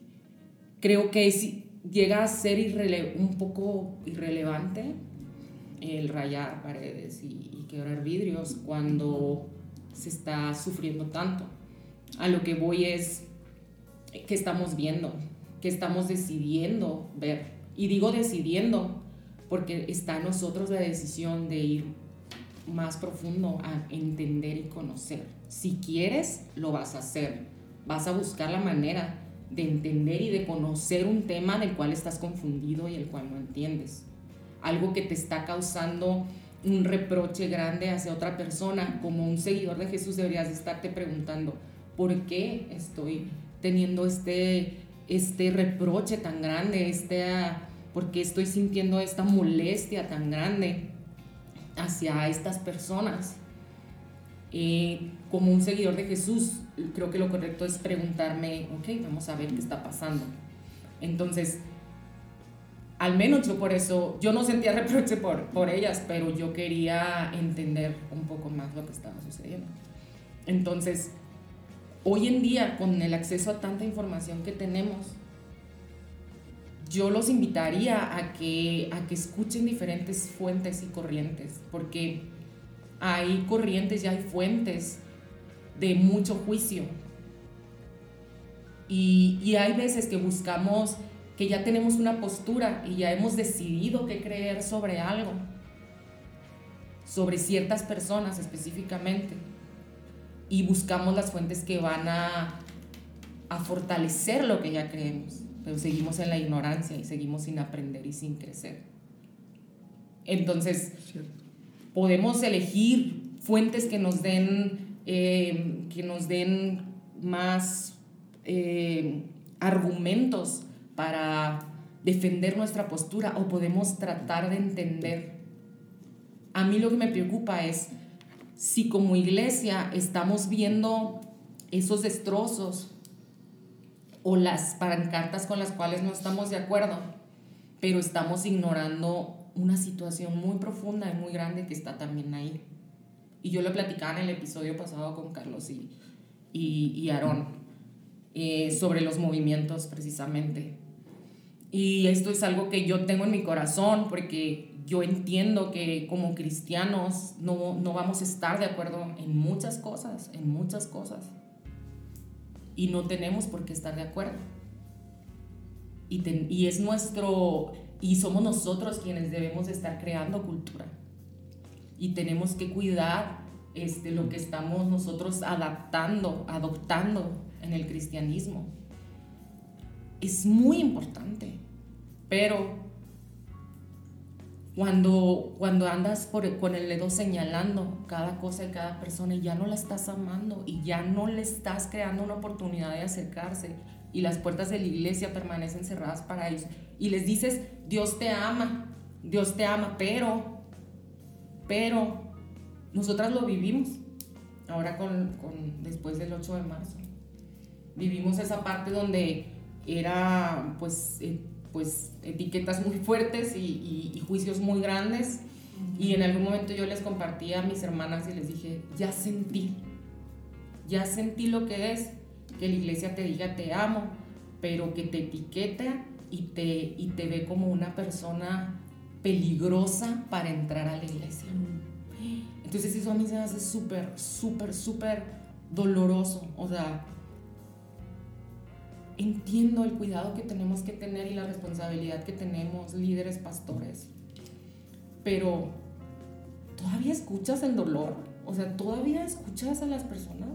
llega a ser un poco irrelevante el rayar paredes y quebrar vidrios cuando se está sufriendo tanto. A lo que voy es que estamos viendo, que estamos decidiendo ver. Y digo decidiendo porque está en nosotros la decisión de ir más profundo a entender y conocer. Si quieres, lo vas a hacer. Vas a buscar la manera de entender y de conocer un tema del cual estás confundido y el cual no entiendes. Algo que te está causando un reproche grande hacia otra persona. Como un seguidor de Jesús deberías de estarte preguntando, ¿por qué estoy teniendo este reproche tan grande, por qué estoy sintiendo esta molestia tan grande hacia estas personas? Como un seguidor de Jesús, creo que lo correcto es preguntarme, ok, vamos a ver qué está pasando. Entonces, al menos yo por eso, yo no sentía reproche por ellas, pero yo quería entender un poco más lo que estaba sucediendo. Entonces, hoy en día, con el acceso a tanta información que tenemos, yo los invitaría a que escuchen diferentes fuentes y corrientes, porque hay corrientes y hay fuentes de mucho juicio. Y hay veces que buscamos, que ya tenemos una postura y ya hemos decidido qué creer sobre algo, sobre ciertas personas específicamente. Y buscamos las fuentes que van a fortalecer lo que ya creemos, pero seguimos en la ignorancia y seguimos sin aprender y sin crecer. Entonces, podemos elegir fuentes que nos den más argumentos para defender nuestra postura, o podemos tratar de entender. A mí lo que me preocupa es si como iglesia estamos viendo esos destrozos o las pancartas con las cuales no estamos de acuerdo, pero estamos ignorando una situación muy profunda y muy grande que está también ahí. Y yo lo platicaba en el episodio pasado con Carlos y Aarón sobre los movimientos precisamente. Y esto es algo que yo tengo en mi corazón porque yo entiendo que como cristianos no vamos a estar de acuerdo en muchas cosas. Y no tenemos por qué estar de acuerdo. Y somos nosotros quienes debemos estar creando cultura. Y tenemos que cuidar lo que estamos nosotros adoptando en el cristianismo. Es muy importante, pero cuando andas con el dedo señalando cada cosa y cada persona y ya no la estás amando y ya no le estás creando una oportunidad de acercarse y las puertas de la iglesia permanecen cerradas para ellos y les dices, Dios te ama, pero nosotras lo vivimos ahora después del 8 de marzo. vivimos esa parte donde era pues etiquetas muy fuertes y juicios muy grandes. Y en algún momento yo les compartí a mis hermanas y les dije, ya sentí lo que es que la iglesia te diga te amo, pero que te etiqueta y te ve como una persona peligrosa para entrar a la iglesia. Entonces eso a mí se me hace súper doloroso. O sea, entiendo el cuidado que tenemos que tener y la responsabilidad que tenemos, líderes, pastores, pero ¿todavía escuchas el dolor? O sea, ¿todavía escuchas a las personas?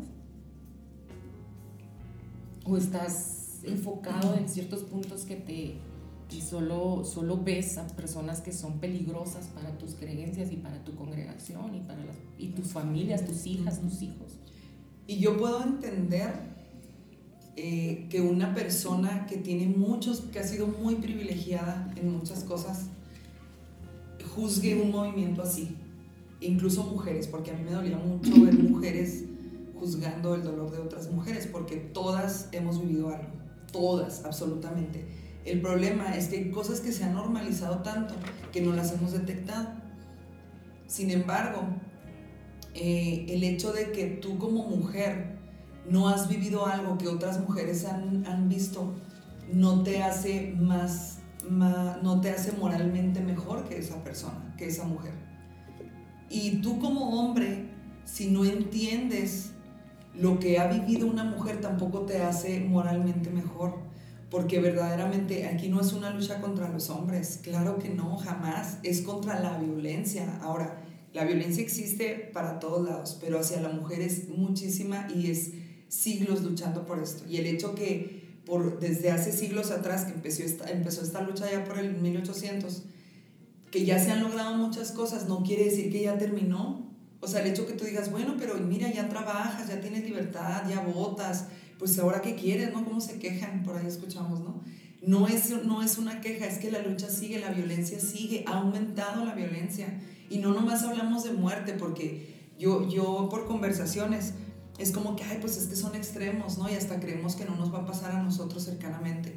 ¿O estás enfocado en ciertos puntos que solo ves a personas que son peligrosas para tus creencias y para tu congregación y tus familias, tus hijas, tus hijos? Y yo puedo entender que una persona que ha sido muy privilegiada en muchas cosas, juzgue un movimiento así, incluso mujeres, porque a mí me dolía mucho ver mujeres juzgando el dolor de otras mujeres, porque todas hemos vivido algo, todas, absolutamente. El problema es que hay cosas que se han normalizado tanto que no las hemos detectado. Sin embargo, el hecho de que tú como mujer no has vivido algo que otras mujeres han visto, no te hace no te hace moralmente mejor que esa persona, que esa mujer. Y tú como hombre, si no entiendes lo que ha vivido una mujer, tampoco te hace moralmente mejor, porque verdaderamente aquí no es una lucha contra los hombres, claro que no, jamás, es contra la violencia. Ahora, la violencia existe para todos lados, pero hacia la mujer es muchísima y es siglos luchando por esto. Y el hecho que desde hace siglos atrás, que empezó esta lucha ya por el 1800, que ya se han logrado muchas cosas, no quiere decir que ya terminó. O sea, el hecho que tú digas, bueno, pero mira, ya trabajas, ya tienes libertad, ya votas, pues ahora qué quieres, ¿no? ¿Cómo se quejan? Por ahí escuchamos, ¿no? No es una queja, es que la lucha sigue, la violencia sigue, ha aumentado la violencia. Y no nomás hablamos de muerte, porque yo por conversaciones, es como que, ay, pues es que son extremos, ¿no? Y hasta creemos que no nos va a pasar a nosotros cercanamente.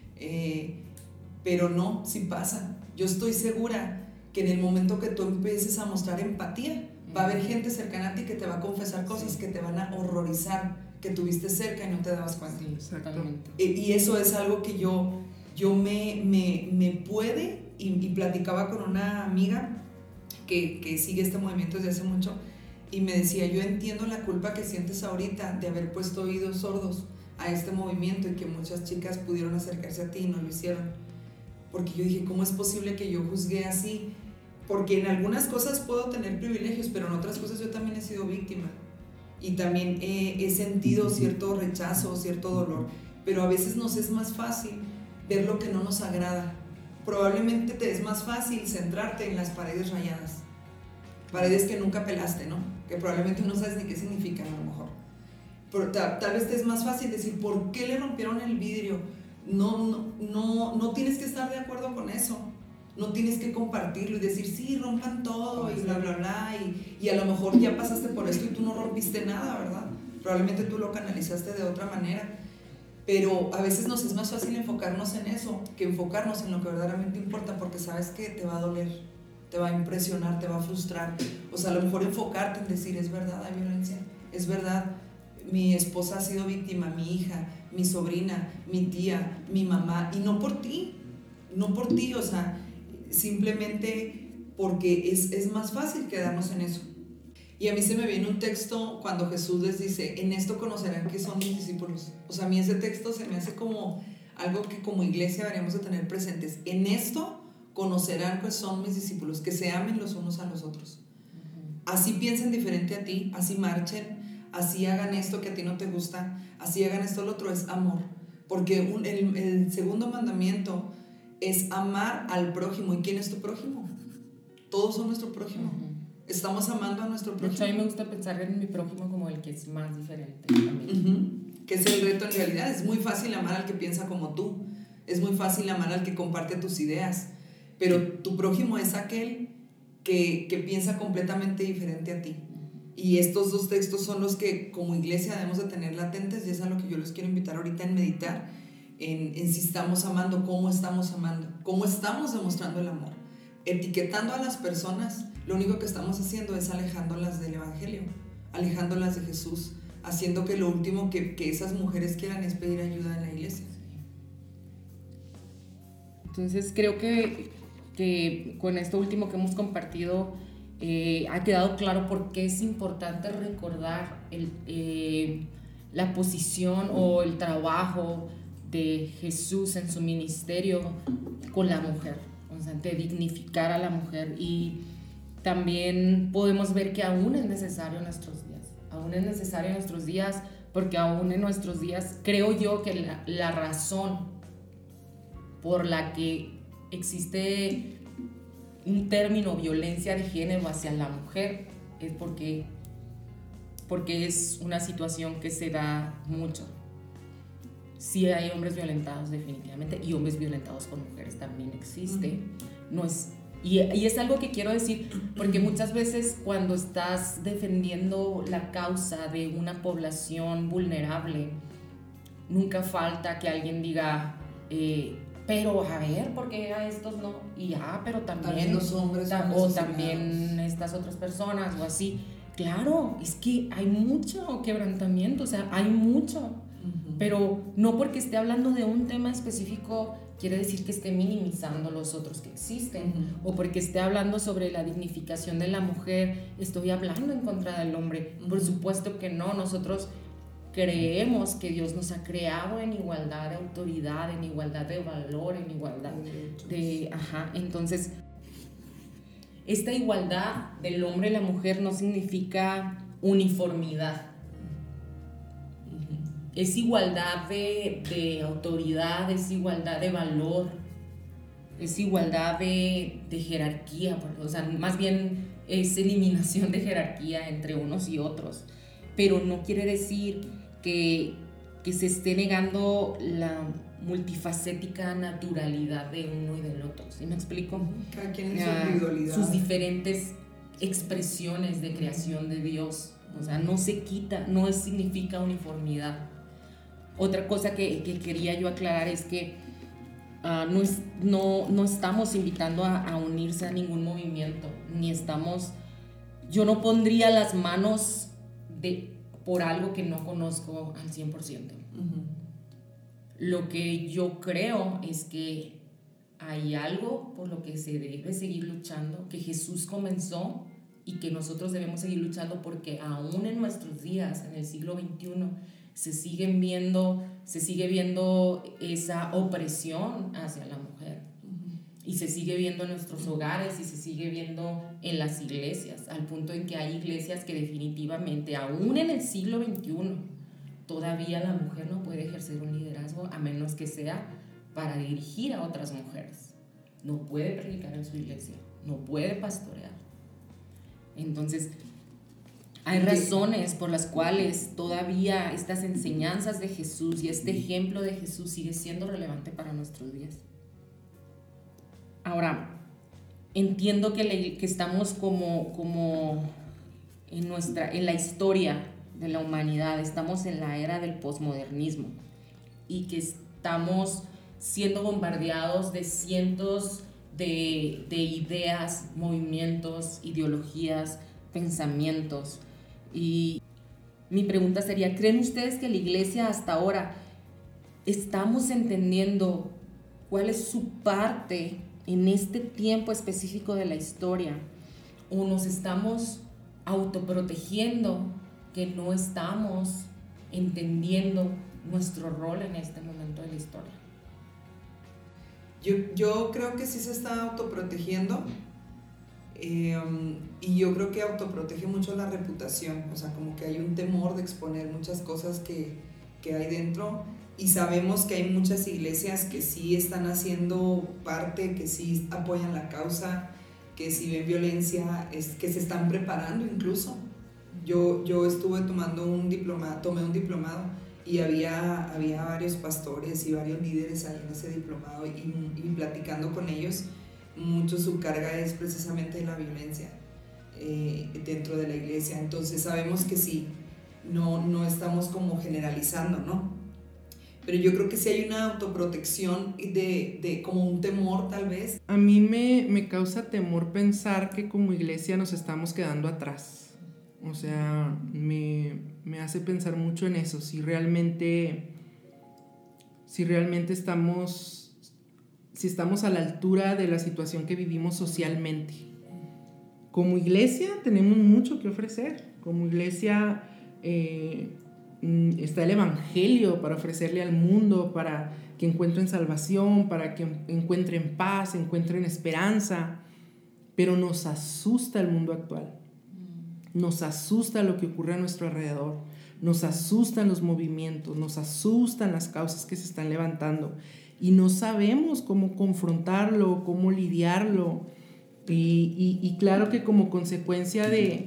Pero no, sí pasa. Yo estoy segura que en el momento que tú empieces a mostrar empatía, va a haber gente cercana a ti que te va a confesar cosas que te van a horrorizar, que tuviste cerca y no te dabas cuenta. Sí, exactamente. Y eso es algo que yo me puede, y platicaba con una amiga que sigue este movimiento desde hace mucho, y me decía, yo entiendo la culpa que sientes ahorita de haber puesto oídos sordos a este movimiento y que muchas chicas pudieron acercarse a ti y no lo hicieron. Porque yo dije, ¿cómo es posible que yo juzgué así? Porque en algunas cosas puedo tener privilegios, pero en otras cosas yo también he sido víctima. Y también he sentido cierto rechazo, cierto dolor. Pero a veces nos es más fácil ver lo que no nos agrada. Probablemente te es más fácil centrarte en las paredes rayadas. Paredes que nunca pelaste, ¿no? Que probablemente no sabes ni qué significan a lo mejor. Pero tal vez te es más fácil decir, ¿por qué le rompieron el vidrio? No tienes que estar de acuerdo con eso. No tienes que compartirlo y decir, sí, rompan todo y bla, bla, bla. Y a lo mejor ya pasaste por esto y tú no rompiste nada, ¿verdad? Probablemente tú lo canalizaste de otra manera. Pero a veces nos es más fácil enfocarnos en eso que enfocarnos en lo que verdaderamente importa, porque sabes que te va a doler, te va a impresionar, te va a frustrar. O sea, a lo mejor enfocarte en decir, es verdad, hay violencia, es verdad, mi esposa ha sido víctima, mi hija, mi sobrina, mi tía, mi mamá, y no por ti, o sea, simplemente porque es más fácil quedarnos en eso. Y a mí se me viene un texto cuando Jesús les dice, en esto conocerán que son mis discípulos. O sea, a mí ese texto se me hace como algo que como iglesia deberíamos de tener presentes. En esto conocerán que son mis discípulos, que se amen los unos a los otros. Así piensen diferente a ti, así marchen, así hagan esto que a ti no te gusta, así hagan esto, lo otro es amor. Porque el segundo mandamiento es amar al prójimo. ¿Y quién es tu prójimo? Todos son nuestro prójimo. Estamos amando a nuestro prójimo. De hecho, a mí me gusta pensar en mi prójimo como el que es más diferente a mí. Que es el reto en realidad. Es muy fácil amar al que piensa como tú. Es muy fácil amar al que comparte tus ideas. Pero tu prójimo es aquel que piensa completamente diferente a ti. Y estos dos textos son los que como iglesia debemos de tener latentes, y es a lo que yo les quiero invitar ahorita en meditar, en si estamos amando, cómo estamos demostrando el amor. Etiquetando a las personas, lo único que estamos haciendo es alejándolas del Evangelio, alejándolas de Jesús, haciendo que lo último que esas mujeres quieran es pedir ayuda en la iglesia. Entonces creo que con esto último que hemos compartido ha quedado claro por qué es importante recordar la posición o el trabajo de Jesús en su ministerio con la mujer, o sea, de dignificar a la mujer. Y también podemos ver que aún es necesario en nuestros días, porque aún en nuestros días creo yo que la razón por la que existe un término violencia de género hacia la mujer es porque es una situación que se da mucho. Sí hay hombres violentados definitivamente, y hombres violentados por mujeres también existe. Y es algo que quiero decir, porque muchas veces cuando estás defendiendo la causa de una población vulnerable, nunca falta que alguien diga, pero a ver, ¿por qué a estos no? Y pero también los hombres o también estas otras personas o así. Claro, es que hay mucho quebrantamiento, o sea, hay mucho. Pero no porque esté hablando de un tema específico quiere decir que esté minimizando los otros que existen, o porque esté hablando sobre la dignificación de la mujer, estoy hablando en contra del hombre. Por supuesto que no. Nosotros creemos que Dios nos ha creado en igualdad de autoridad, en igualdad de valor, en igualdad de... Entonces, esta igualdad del hombre y la mujer no significa uniformidad. Es igualdad de autoridad, es igualdad de valor, es igualdad de jerarquía, o sea, más bien es eliminación de jerarquía entre unos y otros, pero no quiere decir que se esté negando la multifacética naturalidad de uno y del otro, ¿sí me explico? Cada quien en su individualidad. Sus diferentes expresiones de creación de Dios, o sea, no se quita, no significa uniformidad. Otra cosa que quería yo aclarar es que no estamos invitando a unirse a ningún movimiento, yo no pondría las manos por algo que no conozco al 100%. Lo que yo creo es que hay algo por lo que se debe seguir luchando, que Jesús comenzó y que nosotros debemos seguir luchando, porque aún en nuestros días, en el siglo XXI, se sigue viendo esa opresión hacia la mujer. Y se sigue viendo en nuestros hogares y se sigue viendo en las iglesias, al punto en que hay iglesias que definitivamente, aún en el siglo XXI, todavía la mujer no puede ejercer un liderazgo a menos que sea para dirigir a otras mujeres. No puede predicar en su iglesia, no puede pastorear. Entonces, hay razones por las cuales todavía estas enseñanzas de Jesús y este ejemplo de Jesús sigue siendo relevante para nuestros días. Ahora, entiendo que estamos como en la historia de la humanidad, estamos en la era del posmodernismo y que estamos siendo bombardeados de cientos de ideas, movimientos, ideologías, pensamientos. Y mi pregunta sería, ¿creen ustedes que la iglesia hasta ahora estamos entendiendo cuál es su parte en este tiempo específico de la historia? ¿O nos estamos autoprotegiendo que no estamos entendiendo nuestro rol en este momento de la historia? Yo creo que sí se está autoprotegiendo. Y yo creo que autoprotege mucho la reputación, o sea, como que hay un temor de exponer muchas cosas que hay dentro, y sabemos que hay muchas iglesias que sí están haciendo parte, que sí apoyan la causa, que si ven violencia, que se están preparando incluso. Yo estuve tomé un diplomado y había varios pastores y varios líderes ahí en ese diplomado, y platicando con ellos, mucho su carga es precisamente la violencia. dentro de la iglesia. Entonces sabemos que sí, no estamos como generalizando, ¿no? Pero yo creo que sí hay una autoprotección de como un temor tal vez. A mí me causa temor pensar que como iglesia nos estamos quedando atrás. O sea, me hace pensar mucho en eso, si realmente estamos a la altura de la situación que vivimos socialmente. Como iglesia tenemos mucho que ofrecer. Como iglesia está el evangelio para ofrecerle al mundo, para que encuentren salvación, para que encuentren paz, encuentren esperanza. Pero nos asusta el mundo actual. Nos asusta lo que ocurre a nuestro alrededor. Nos asustan los movimientos, nos asustan las causas que se están levantando. Y no sabemos cómo confrontarlo, cómo lidiarlo. Y claro que como consecuencia de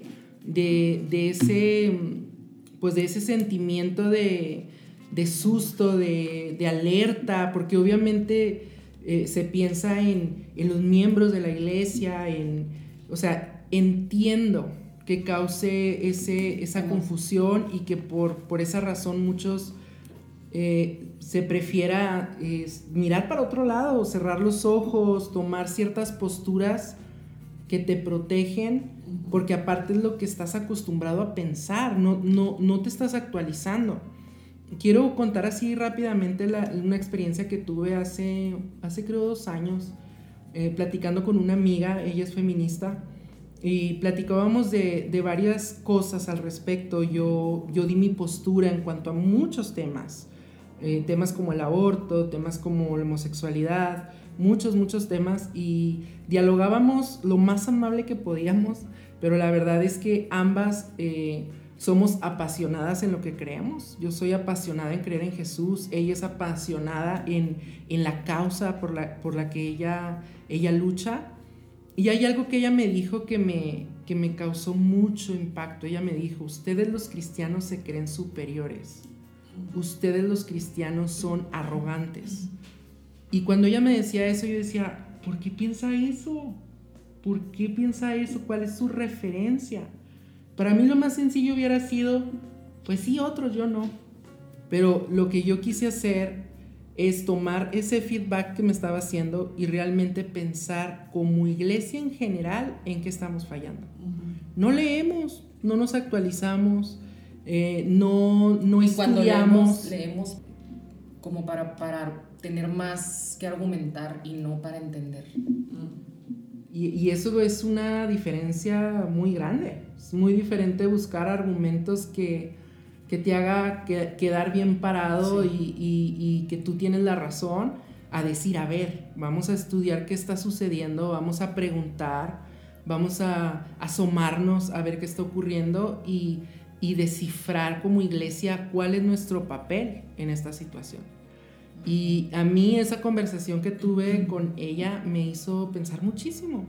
ese sentimiento de susto, de alerta, porque obviamente se piensa en los miembros de la iglesia, o sea, entiendo que cause esa confusión y que por esa razón muchos se prefiera mirar para otro lado, cerrar los ojos, tomar ciertas posturas que te protegen, porque aparte es lo que estás acostumbrado a pensar, no te estás actualizando. Quiero contar así rápidamente una experiencia que tuve hace creo 2 años, platicando con una amiga. Ella es feminista y platicábamos de varias cosas al respecto. Yo di mi postura en cuanto a muchos temas, temas como el aborto, temas como la homosexualidad, muchos temas, y dialogábamos lo más amable que podíamos, pero la verdad es que ambas somos apasionadas en lo que creemos. Yo soy apasionada en creer en Jesús, ella es apasionada en la causa por la que ella lucha. Y hay algo que ella me dijo que me causó mucho impacto. Ella me dijo: ustedes los cristianos se creen superiores, ustedes los cristianos son arrogantes. Y cuando ella me decía eso, yo decía: ¿por qué piensa eso? ¿Por qué piensa eso? ¿Cuál es su referencia? Para mí lo más sencillo hubiera sido, pues sí, otros, yo no. Pero lo que yo quise hacer es tomar ese feedback que me estaba haciendo y realmente pensar como iglesia en general en qué estamos fallando. No leemos, no nos actualizamos, no y estudiamos. Cuando leemos como para tener más que argumentar y no para entender. Y eso es una diferencia muy grande. Es muy diferente buscar argumentos que te haga quedar bien parado, sí, y que tú tienes la razón, a decir: a ver, vamos a estudiar qué está sucediendo, vamos a preguntar, vamos a asomarnos a ver qué está ocurriendo y descifrar como iglesia cuál es nuestro papel en esta situación. Y a mí esa conversación que tuve con ella me hizo pensar muchísimo,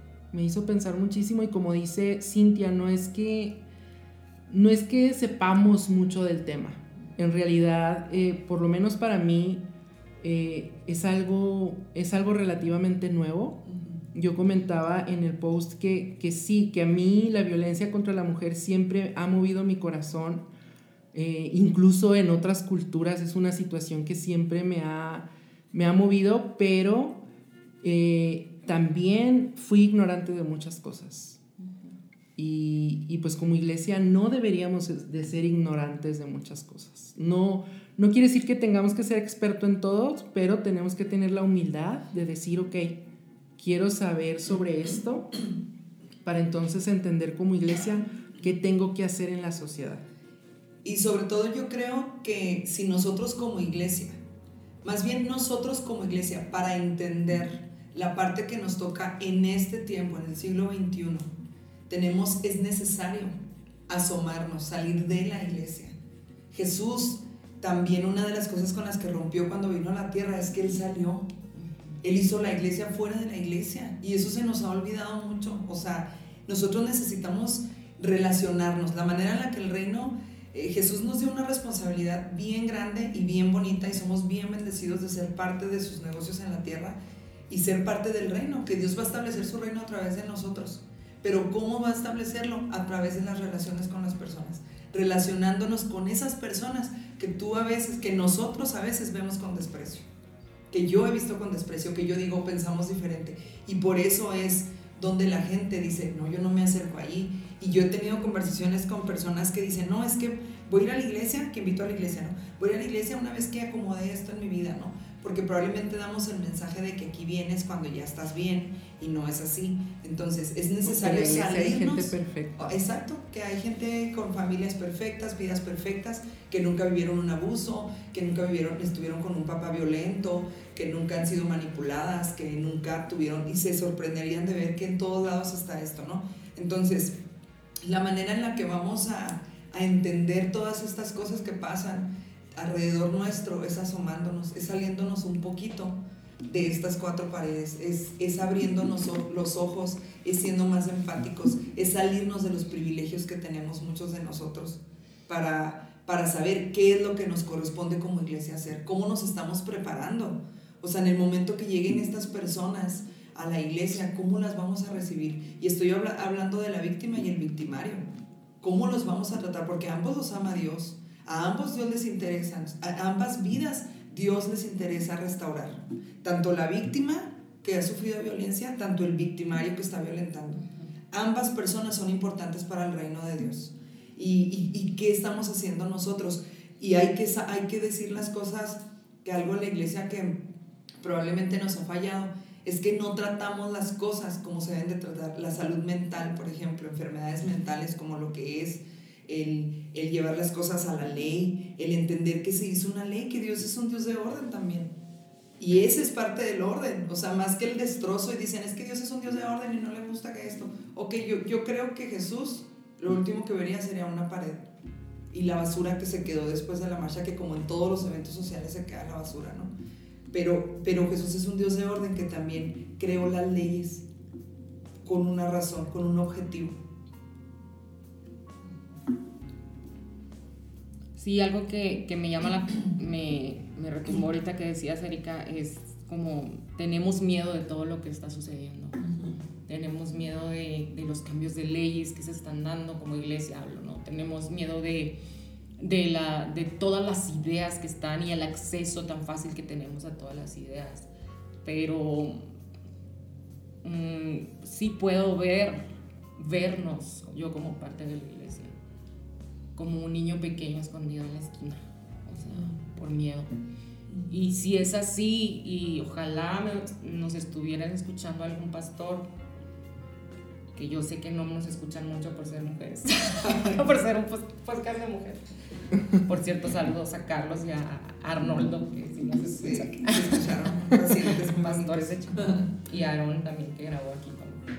y como dice Cintia, no es que sepamos mucho del tema. En realidad, por lo menos para mí, es algo relativamente nuevo. Yo comentaba en el post que sí, que a mí la violencia contra la mujer siempre ha movido mi corazón. Incluso en otras culturas es una situación que siempre me ha movido, pero también fui ignorante de muchas cosas. Y pues como iglesia no deberíamos de ser ignorantes de muchas cosas. No quiere decir que tengamos que ser experto en todo, pero tenemos que tener la humildad de decir: ok, quiero saber sobre esto para entonces entender como iglesia qué tengo que hacer en la sociedad. Y sobre todo yo creo que si nosotros como iglesia, más bien nosotros como iglesia, para entender la parte que nos toca en este tiempo, en el siglo XXI, es necesario asomarnos, salir de la iglesia. Jesús también, una de las cosas con las que rompió cuando vino a la tierra es que Él salió. Él hizo la iglesia fuera de la iglesia, y eso se nos ha olvidado mucho. O sea, nosotros necesitamos relacionarnos. La manera en la que el reino, Jesús nos dio una responsabilidad bien grande y bien bonita, y somos bien bendecidos de ser parte de sus negocios en la tierra y ser parte del reino, que Dios va a establecer su reino a través de nosotros. Pero ¿cómo va a establecerlo? A través de las relaciones con las personas, relacionándonos con esas personas que nosotros a veces vemos con desprecio, que yo he visto con desprecio, que yo digo pensamos diferente, y por eso es donde la gente dice, no, yo no me acerco allí. Y yo he tenido conversaciones con personas que dicen, no, es que voy a ir a la iglesia, que invito a la iglesia, ¿no? Voy a ir a la iglesia una vez que acomode esto en mi vida, ¿no? Porque probablemente damos el mensaje de que aquí vienes cuando ya estás bien, y no es así. Entonces es necesario salirnos. Hay gente perfecta. Exacto, que hay gente con familias perfectas, vidas perfectas, que nunca vivieron un abuso, que nunca estuvieron con un papá violento, que nunca han sido manipuladas, que nunca tuvieron, y se sorprenderían de ver que en todos lados está esto, ¿no? Entonces, la manera en la que vamos a entender todas estas cosas que pasan alrededor nuestro es asomándonos, es saliéndonos un poquito de estas cuatro paredes, es abriéndonos los ojos, es siendo más empáticos, es salirnos de los privilegios que tenemos muchos de nosotros para saber qué es lo que nos corresponde como iglesia hacer, cómo nos estamos preparando. O sea, en el momento que lleguen estas personas a la iglesia, ¿cómo las vamos a recibir? Y estoy hablando de la víctima y el victimario. ¿Cómo los vamos a tratar? Porque a ambos los ama Dios, a ambos Dios les interesa, a ambas vidas Dios les interesa restaurar. Tanto la víctima que ha sufrido violencia, tanto el victimario que está violentando. Ambas personas son importantes para el reino de Dios. ¿Y qué estamos haciendo nosotros? Y hay que decir las cosas, que algo en la iglesia que probablemente nos ha fallado, es que no tratamos las cosas como se deben de tratar. La salud mental, por ejemplo, enfermedades mentales como lo que es el llevar las cosas a la ley, el entender que se hizo una ley, que Dios es un Dios de orden también. Y ese es parte del orden, o sea, más que el destrozo, y dicen, es que Dios es un Dios de orden y no le gusta que esto. Ok, yo creo que Jesús, lo último que vería sería una pared y la basura que se quedó después de la marcha, que como en todos los eventos sociales se queda la basura, ¿no? Pero Jesús es un Dios de orden que también creó las leyes con una razón, con un objetivo. Sí, algo que me llama me retumbó ahorita que decías, Erika, es como tenemos miedo de todo lo que está sucediendo. Tenemos miedo de los cambios de leyes que se están dando como iglesia, hablo, ¿no? Tenemos miedo de todas las ideas que están y el acceso tan fácil que tenemos a todas las ideas. Pero sí puedo vernos, yo como parte de la iglesia, como un niño pequeño escondido en la esquina, o sea, por miedo. Y si es así, y ojalá nos estuvieran escuchando algún pastor, que yo sé que no nos escuchan mucho por ser mujeres, por ser un podcast de mujeres. Por cierto, saludos a Carlos y a Arnoldo, que sí nos escuchan. Sí, escucharon pacientes pastores de Chico, y a Aaron también, que grabó aquí conmigo.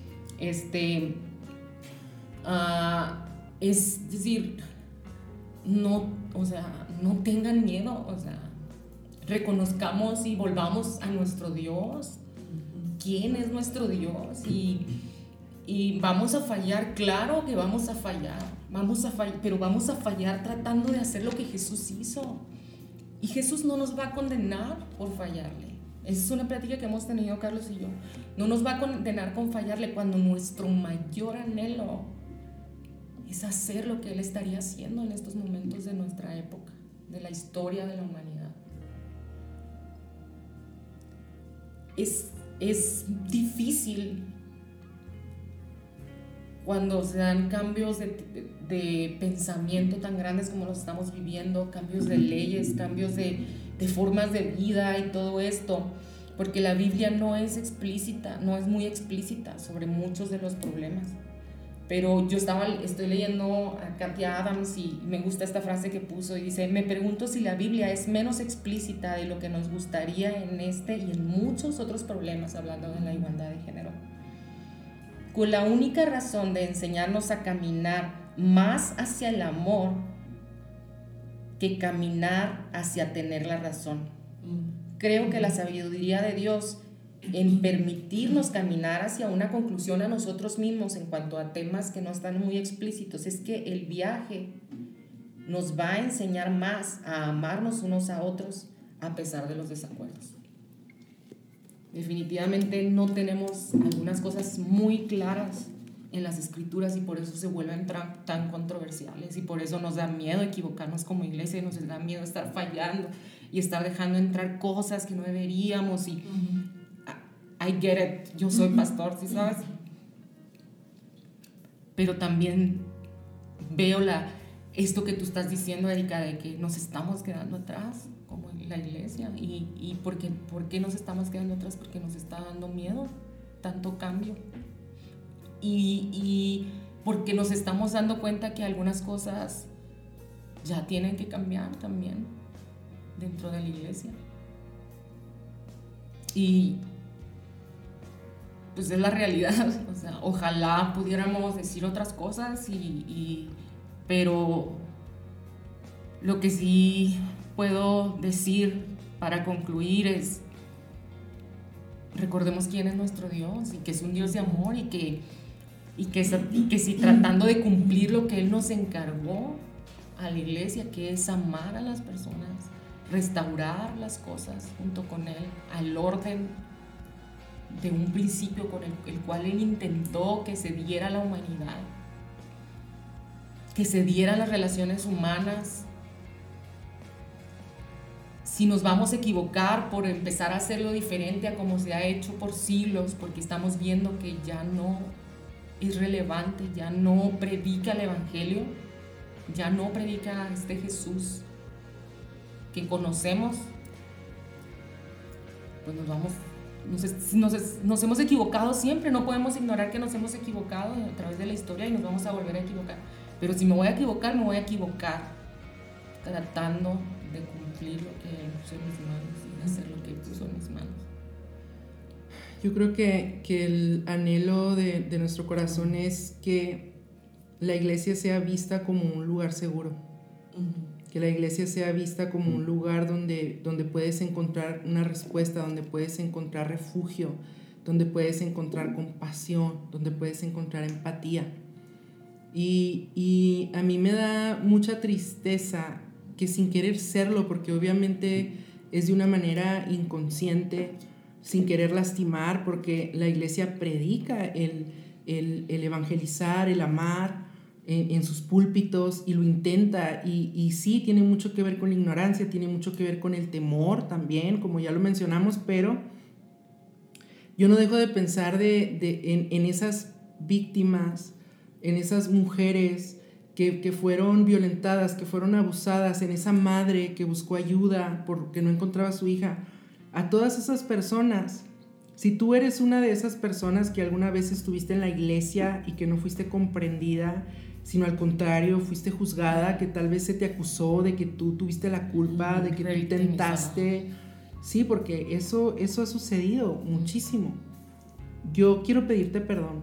Es decir, no tengan miedo, o sea, reconozcamos y volvamos a nuestro Dios. ¿Quién es nuestro Dios? Y vamos a fallar, claro que vamos a fallar, pero vamos a fallar tratando de hacer lo que Jesús hizo. Y Jesús no nos va a condenar por fallarle. Esa es una plática que hemos tenido Carlos y yo. No nos va a condenar con fallarle cuando nuestro mayor anhelo es hacer lo que Él estaría haciendo en estos momentos de nuestra época, de la historia de la humanidad. Es difícil cuando se dan cambios de pensamiento tan grandes como los estamos viviendo, cambios de leyes, cambios de formas de vida y todo esto, porque la Biblia no es muy explícita sobre muchos de los problemas. Pero estoy leyendo a Katia Adams y me gusta esta frase que puso y dice: me pregunto si la Biblia es menos explícita de lo que nos gustaría en este y en muchos otros problemas, hablando de la igualdad de género, con la única razón de enseñarnos a caminar más hacia el amor que caminar hacia tener la razón. Creo que la sabiduría de Dios en permitirnos caminar hacia una conclusión a nosotros mismos en cuanto a temas que no están muy explícitos es que el viaje nos va a enseñar más a amarnos unos a otros a pesar de los desacuerdos. Definitivamente no tenemos algunas cosas muy claras en las escrituras y por eso se vuelven tan controversiales y por eso nos da miedo equivocarnos como iglesia y nos da miedo estar fallando y estar dejando entrar cosas que no deberíamos y I get it, yo soy pastor, ¿sí sabes? Pero también veo esto que tú estás diciendo, Erika, de que nos estamos quedando atrás como en la iglesia y ¿por qué nos estamos quedando atrás? Porque nos está dando miedo tanto cambio y porque nos estamos dando cuenta que algunas cosas ya tienen que cambiar también dentro de la iglesia y pues es la realidad. O sea, ojalá pudiéramos decir otras cosas pero lo que sí puedo decir para concluir es recordemos quién es nuestro Dios y que es un Dios de amor y que si tratando de cumplir lo que Él nos encargó a la iglesia, que es amar a las personas, restaurar las cosas junto con Él, al orden de un principio con el cual Él intentó que se diera la humanidad, que se dieran las relaciones humanas. Si nos vamos a equivocar por empezar a hacerlo diferente a como se ha hecho por siglos, porque estamos viendo que ya no es relevante, ya no predica el evangelio, ya no predica a este Jesús que conocemos, pues nos hemos equivocado siempre. No podemos ignorar que nos hemos equivocado a través de la historia y nos vamos a volver a equivocar. Pero si me voy a equivocar, me voy a equivocar tratando de cumplir lo que Él puso en mis manos y de hacer lo que Él puso en mis manos. Yo creo que el anhelo de nuestro corazón es que la iglesia sea vista como un lugar seguro. Que la iglesia sea vista como un lugar donde puedes encontrar una respuesta, donde puedes encontrar refugio, donde puedes encontrar compasión, donde puedes encontrar empatía. Y a mí me da mucha tristeza que sin querer serlo, porque obviamente es de una manera inconsciente, sin querer lastimar, porque la iglesia predica el evangelizar, el amar en sus púlpitos y lo intenta y sí, tiene mucho que ver con la ignorancia, tiene mucho que ver con el temor también, como ya lo mencionamos, pero yo no dejo de pensar en esas víctimas, en esas mujeres que fueron violentadas, que fueron abusadas, en esa madre que buscó ayuda porque no encontraba a su hija. A todas esas personas, si tú eres una de esas personas que alguna vez estuviste en la iglesia y que no fuiste comprendida, sino al contrario, fuiste juzgada, que tal vez se te acusó de que tú tuviste la culpa, de que tú intentaste. Sí, porque eso ha sucedido muchísimo. Yo quiero pedirte perdón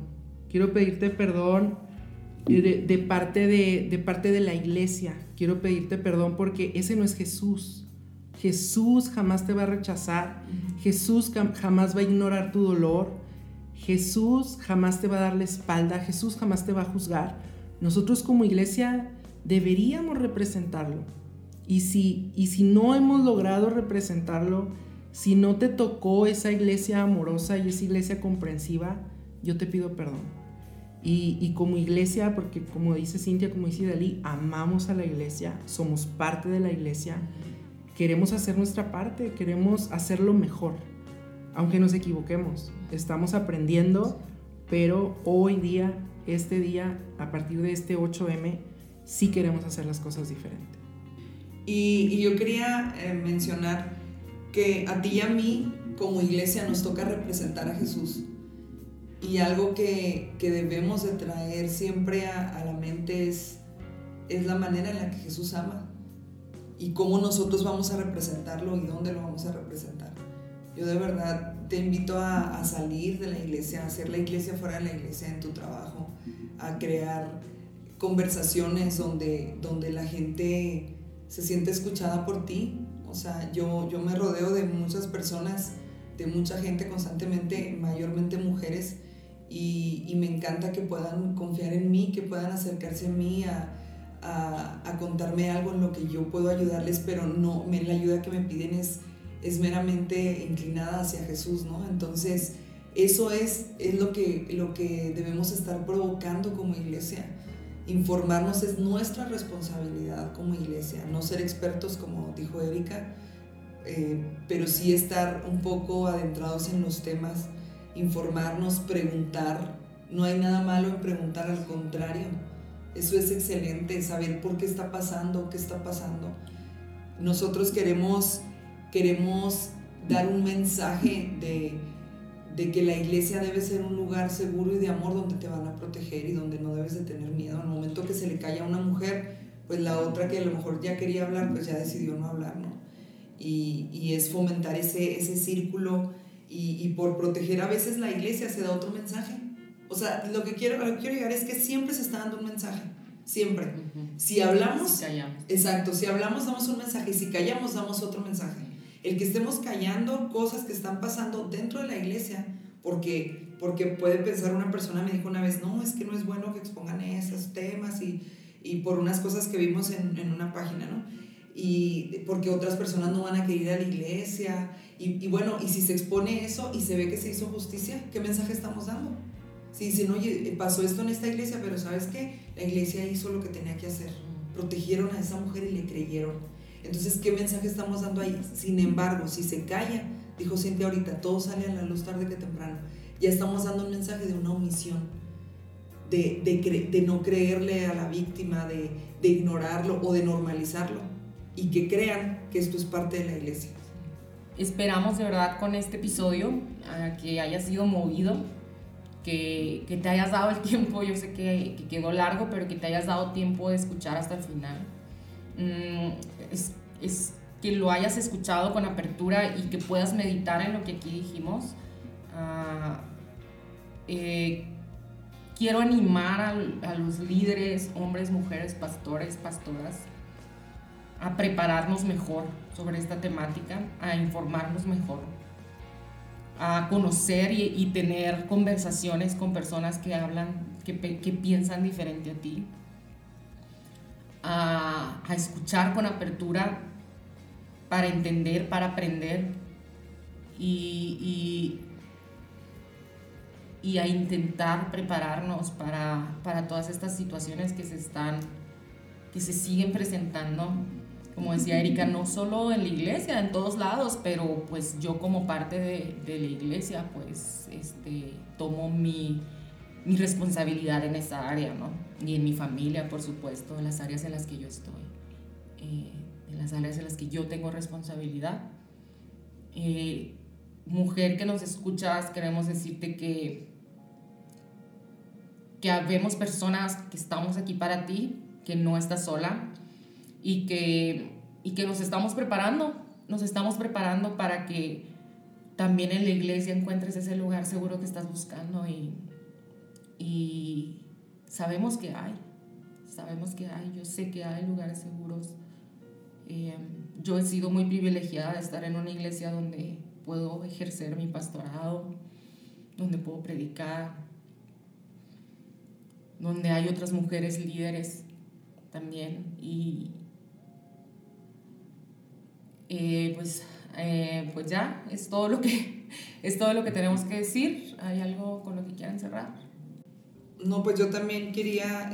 de parte de la iglesia. Quiero pedirte perdón porque ese no es Jesús. Jesús jamás te va a rechazar. Jesús jamás va a ignorar tu dolor. Jesús jamás te va a dar la espalda. Jesús jamás te va a juzgar. Nosotros como iglesia deberíamos representarlo. Y si no hemos logrado representarlo, si no te tocó esa iglesia amorosa y esa iglesia comprensiva, yo te pido perdón. Y como iglesia, porque como dice Cintia, como dice Dalí, amamos a la iglesia, somos parte de la iglesia, queremos hacer nuestra parte, queremos hacerlo mejor, aunque nos equivoquemos, estamos aprendiendo, pero hoy día, este día, a partir de este 8M, sí queremos hacer las cosas diferentes. Y yo quería mencionar que a ti y a mí, como iglesia, nos toca representar a Jesús. Y algo que debemos de traer siempre a la mente es la manera en la que Jesús ama y cómo nosotros vamos a representarlo y dónde lo vamos a representar. Yo de verdad te invito a salir de la iglesia, a hacer la iglesia fuera de la iglesia, en tu trabajo, a crear conversaciones donde la gente se siente escuchada por ti. O sea, yo me rodeo de muchas personas, de mucha gente constantemente, mayormente mujeres, y me encanta que puedan confiar en mí, que puedan acercarse a mí a contarme algo en lo que yo puedo ayudarles, pero no, la ayuda que me piden es meramente inclinada hacia Jesús, ¿no? Entonces Eso es lo que debemos estar provocando como iglesia. Informarnos es nuestra responsabilidad como iglesia, no ser expertos como dijo Erika, pero sí estar un poco adentrados en los temas, informarnos, preguntar. No hay nada malo en preguntar, al contrario, eso es excelente, saber por qué está pasando, qué está pasando. Nosotros queremos dar un mensaje de que la iglesia debe ser un lugar seguro y de amor donde te van a proteger y donde no debes de tener miedo. En el momento que se le cae a una mujer, pues la otra que a lo mejor ya quería hablar, pues ya decidió no hablar, ¿no? Y es fomentar ese círculo y por proteger a veces la iglesia se da otro mensaje. O sea, lo que quiero llegar es que siempre se está dando un mensaje, siempre. Si hablamos, Si callamos. exacto, si hablamos damos un mensaje y si callamos damos otro mensaje. El que estemos callando cosas que están pasando dentro de la iglesia, porque puede pensar una persona, me dijo una vez, no, es que no es bueno que expongan esos temas y por unas cosas que vimos en una página, ¿no? Y porque otras personas no van a querer ir a la iglesia y bueno, y si se expone eso y se ve que se hizo justicia, ¿qué mensaje estamos dando? Si dicen, oye, pasó esto en esta iglesia, pero ¿sabes qué? La iglesia hizo lo que tenía que hacer, protegieron a esa mujer y le creyeron. Entonces, ¿qué mensaje estamos dando ahí? Sin embargo, si se calla, dijo Cintia ahorita, todo sale a la luz tarde que temprano. Ya estamos dando un mensaje de una omisión, de no creerle a la víctima, de ignorarlo o de normalizarlo. Y que crean que esto es parte de la iglesia. Esperamos de verdad con este episodio que hayas sido movido, que te hayas dado el tiempo, yo sé que quedó largo, pero que te hayas dado tiempo de escuchar hasta el final. Es que lo hayas escuchado con apertura y que puedas meditar en lo que aquí dijimos. Quiero animar a los líderes, hombres, mujeres, pastores, pastoras, a prepararnos mejor sobre esta temática, a informarnos mejor, a conocer y tener conversaciones con personas que hablan, que piensan diferente a ti, a escuchar con apertura para entender, para aprender y a intentar prepararnos para todas estas situaciones que se siguen presentando. Como decía Erika, no solo en la iglesia, en todos lados, pero pues yo como parte de la iglesia, pues tomo mi responsabilidad en esa área, ¿no? Y en mi familia, por supuesto, en las áreas en las que yo estoy, en las áreas en las que yo tengo responsabilidad. Mujer que nos escuchas, queremos decirte que habemos personas que estamos aquí para ti, que no estás sola, y que nos estamos preparando para que también en la iglesia encuentres ese lugar seguro que estás buscando y sabemos que hay, yo sé que hay lugares seguros. Yo he sido muy privilegiada de estar en una iglesia donde puedo ejercer mi pastorado, donde puedo predicar, donde hay otras mujeres líderes también pues ya es todo lo que tenemos que decir. ¿Hay algo con lo que quieran cerrar? No, pues yo también quería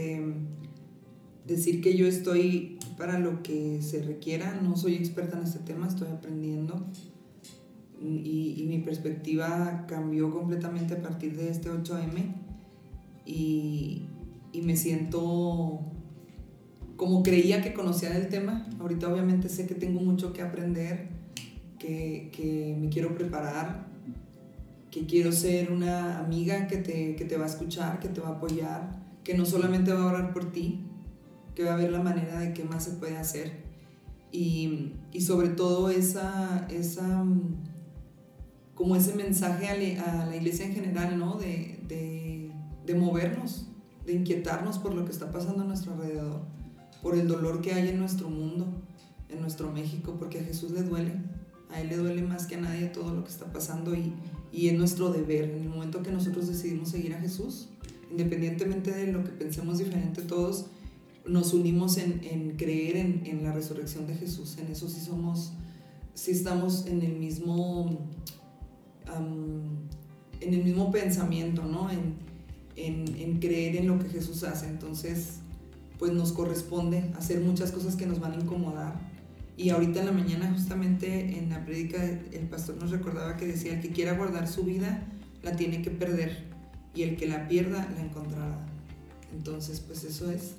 decir que yo estoy para lo que se requiera. No soy experta en este tema, estoy aprendiendo y mi perspectiva cambió completamente a partir de este 8M y me siento como creía que conocía del tema. Ahorita obviamente sé que tengo mucho que aprender, que me quiero preparar, que quiero ser una amiga que te va a escuchar, que te va a apoyar, que no solamente va a orar por ti, que va a ver la manera de qué más se puede hacer y sobre todo como ese mensaje a la iglesia en general, ¿no? De movernos, de inquietarnos por lo que está pasando a nuestro alrededor, por el dolor que hay en nuestro mundo, en nuestro México, porque a Jesús le duele, a Él le duele más que a nadie todo lo que está pasando y es nuestro deber. En el momento que nosotros decidimos seguir a Jesús, independientemente de lo que pensemos diferente todos, nos unimos en creer en la resurrección de Jesús. En eso sí estamos en el mismo el mismo pensamiento, ¿no? En creer en lo que Jesús hace. Entonces, pues nos corresponde hacer muchas cosas que nos van a incomodar. Y ahorita en la mañana, justamente en la prédica, el pastor nos recordaba que decía: el que quiera guardar su vida la tiene que perder, y el que la pierda la encontrará. Entonces, pues eso es.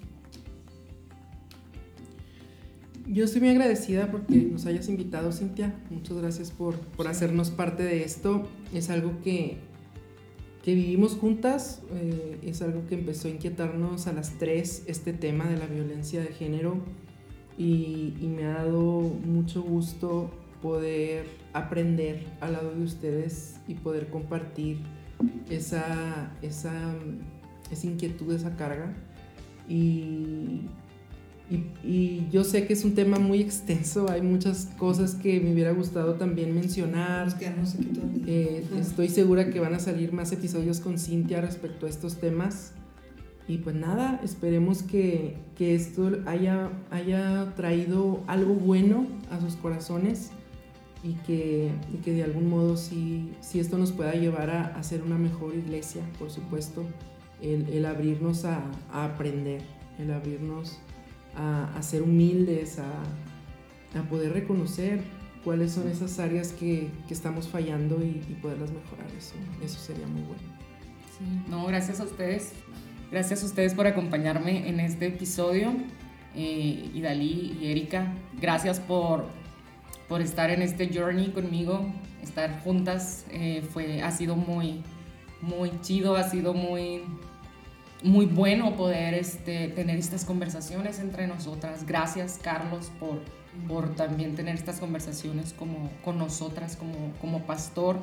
Yo estoy muy agradecida porque nos hayas invitado, Cintia. Muchas gracias por hacernos parte de esto. Es algo que vivimos juntas, es algo que empezó a inquietarnos a las tres, este tema de la violencia de género, y me ha dado mucho gusto poder aprender al lado de ustedes y poder compartir esa inquietud, esa carga. Y yo sé que es un tema muy extenso, hay muchas cosas que me hubiera gustado también mencionar. Estoy segura que van a salir más episodios con Cintia respecto a estos temas. Y pues nada, esperemos que esto haya traído algo bueno a sus corazones, y que de algún modo si esto nos pueda llevar a ser una mejor iglesia, por supuesto, el abrirnos a aprender, el abrirnos a ser humildes, a poder reconocer cuáles son esas áreas que estamos fallando y poderlas mejorar. Eso sería muy bueno. Sí, no, gracias a ustedes. Gracias a ustedes por acompañarme en este episodio. Y Dalí y Erika, gracias por estar en este journey conmigo, estar juntas. Ha sido muy, muy chido, ha sido muy bueno poder tener estas conversaciones entre nosotras. Gracias, Carlos, por también tener estas conversaciones con nosotras como pastor.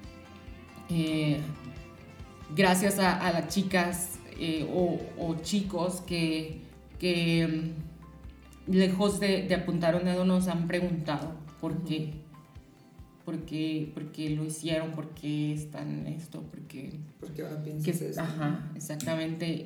Gracias a las chicas o chicos que lejos de apuntar un dedo nos han preguntado por qué lo hicieron, por qué están en esto, porque ahora piensas esto. Ajá, exactamente.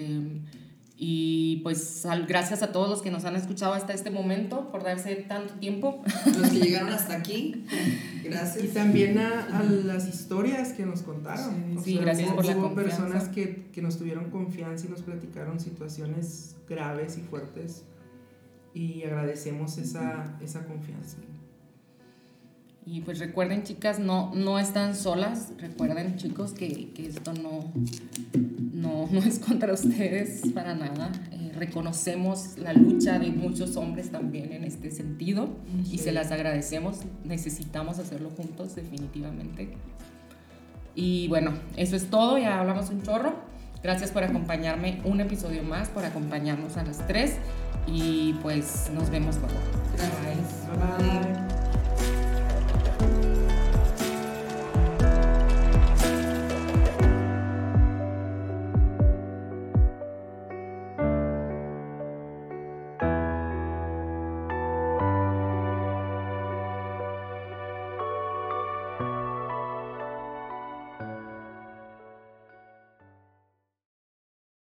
Y pues gracias a todos los que nos han escuchado hasta este momento, por darse tanto tiempo. Los que llegaron hasta aquí, gracias. Y también a las historias que nos contaron. Sí, gracias por la confianza. Hubo personas que nos tuvieron confianza y nos platicaron situaciones graves y fuertes, y agradecemos esa confianza. Y pues recuerden, chicas, no están solas. Recuerden, chicos, que esto no es contra ustedes para nada. Reconocemos la lucha de muchos hombres también en este sentido, sí, y se las agradecemos. Necesitamos hacerlo juntos, definitivamente. Y bueno, eso es todo. Ya hablamos un chorro. Gracias por acompañarme un episodio más, por acompañarnos a las 3, y pues nos vemos luego. Gracias. Bye.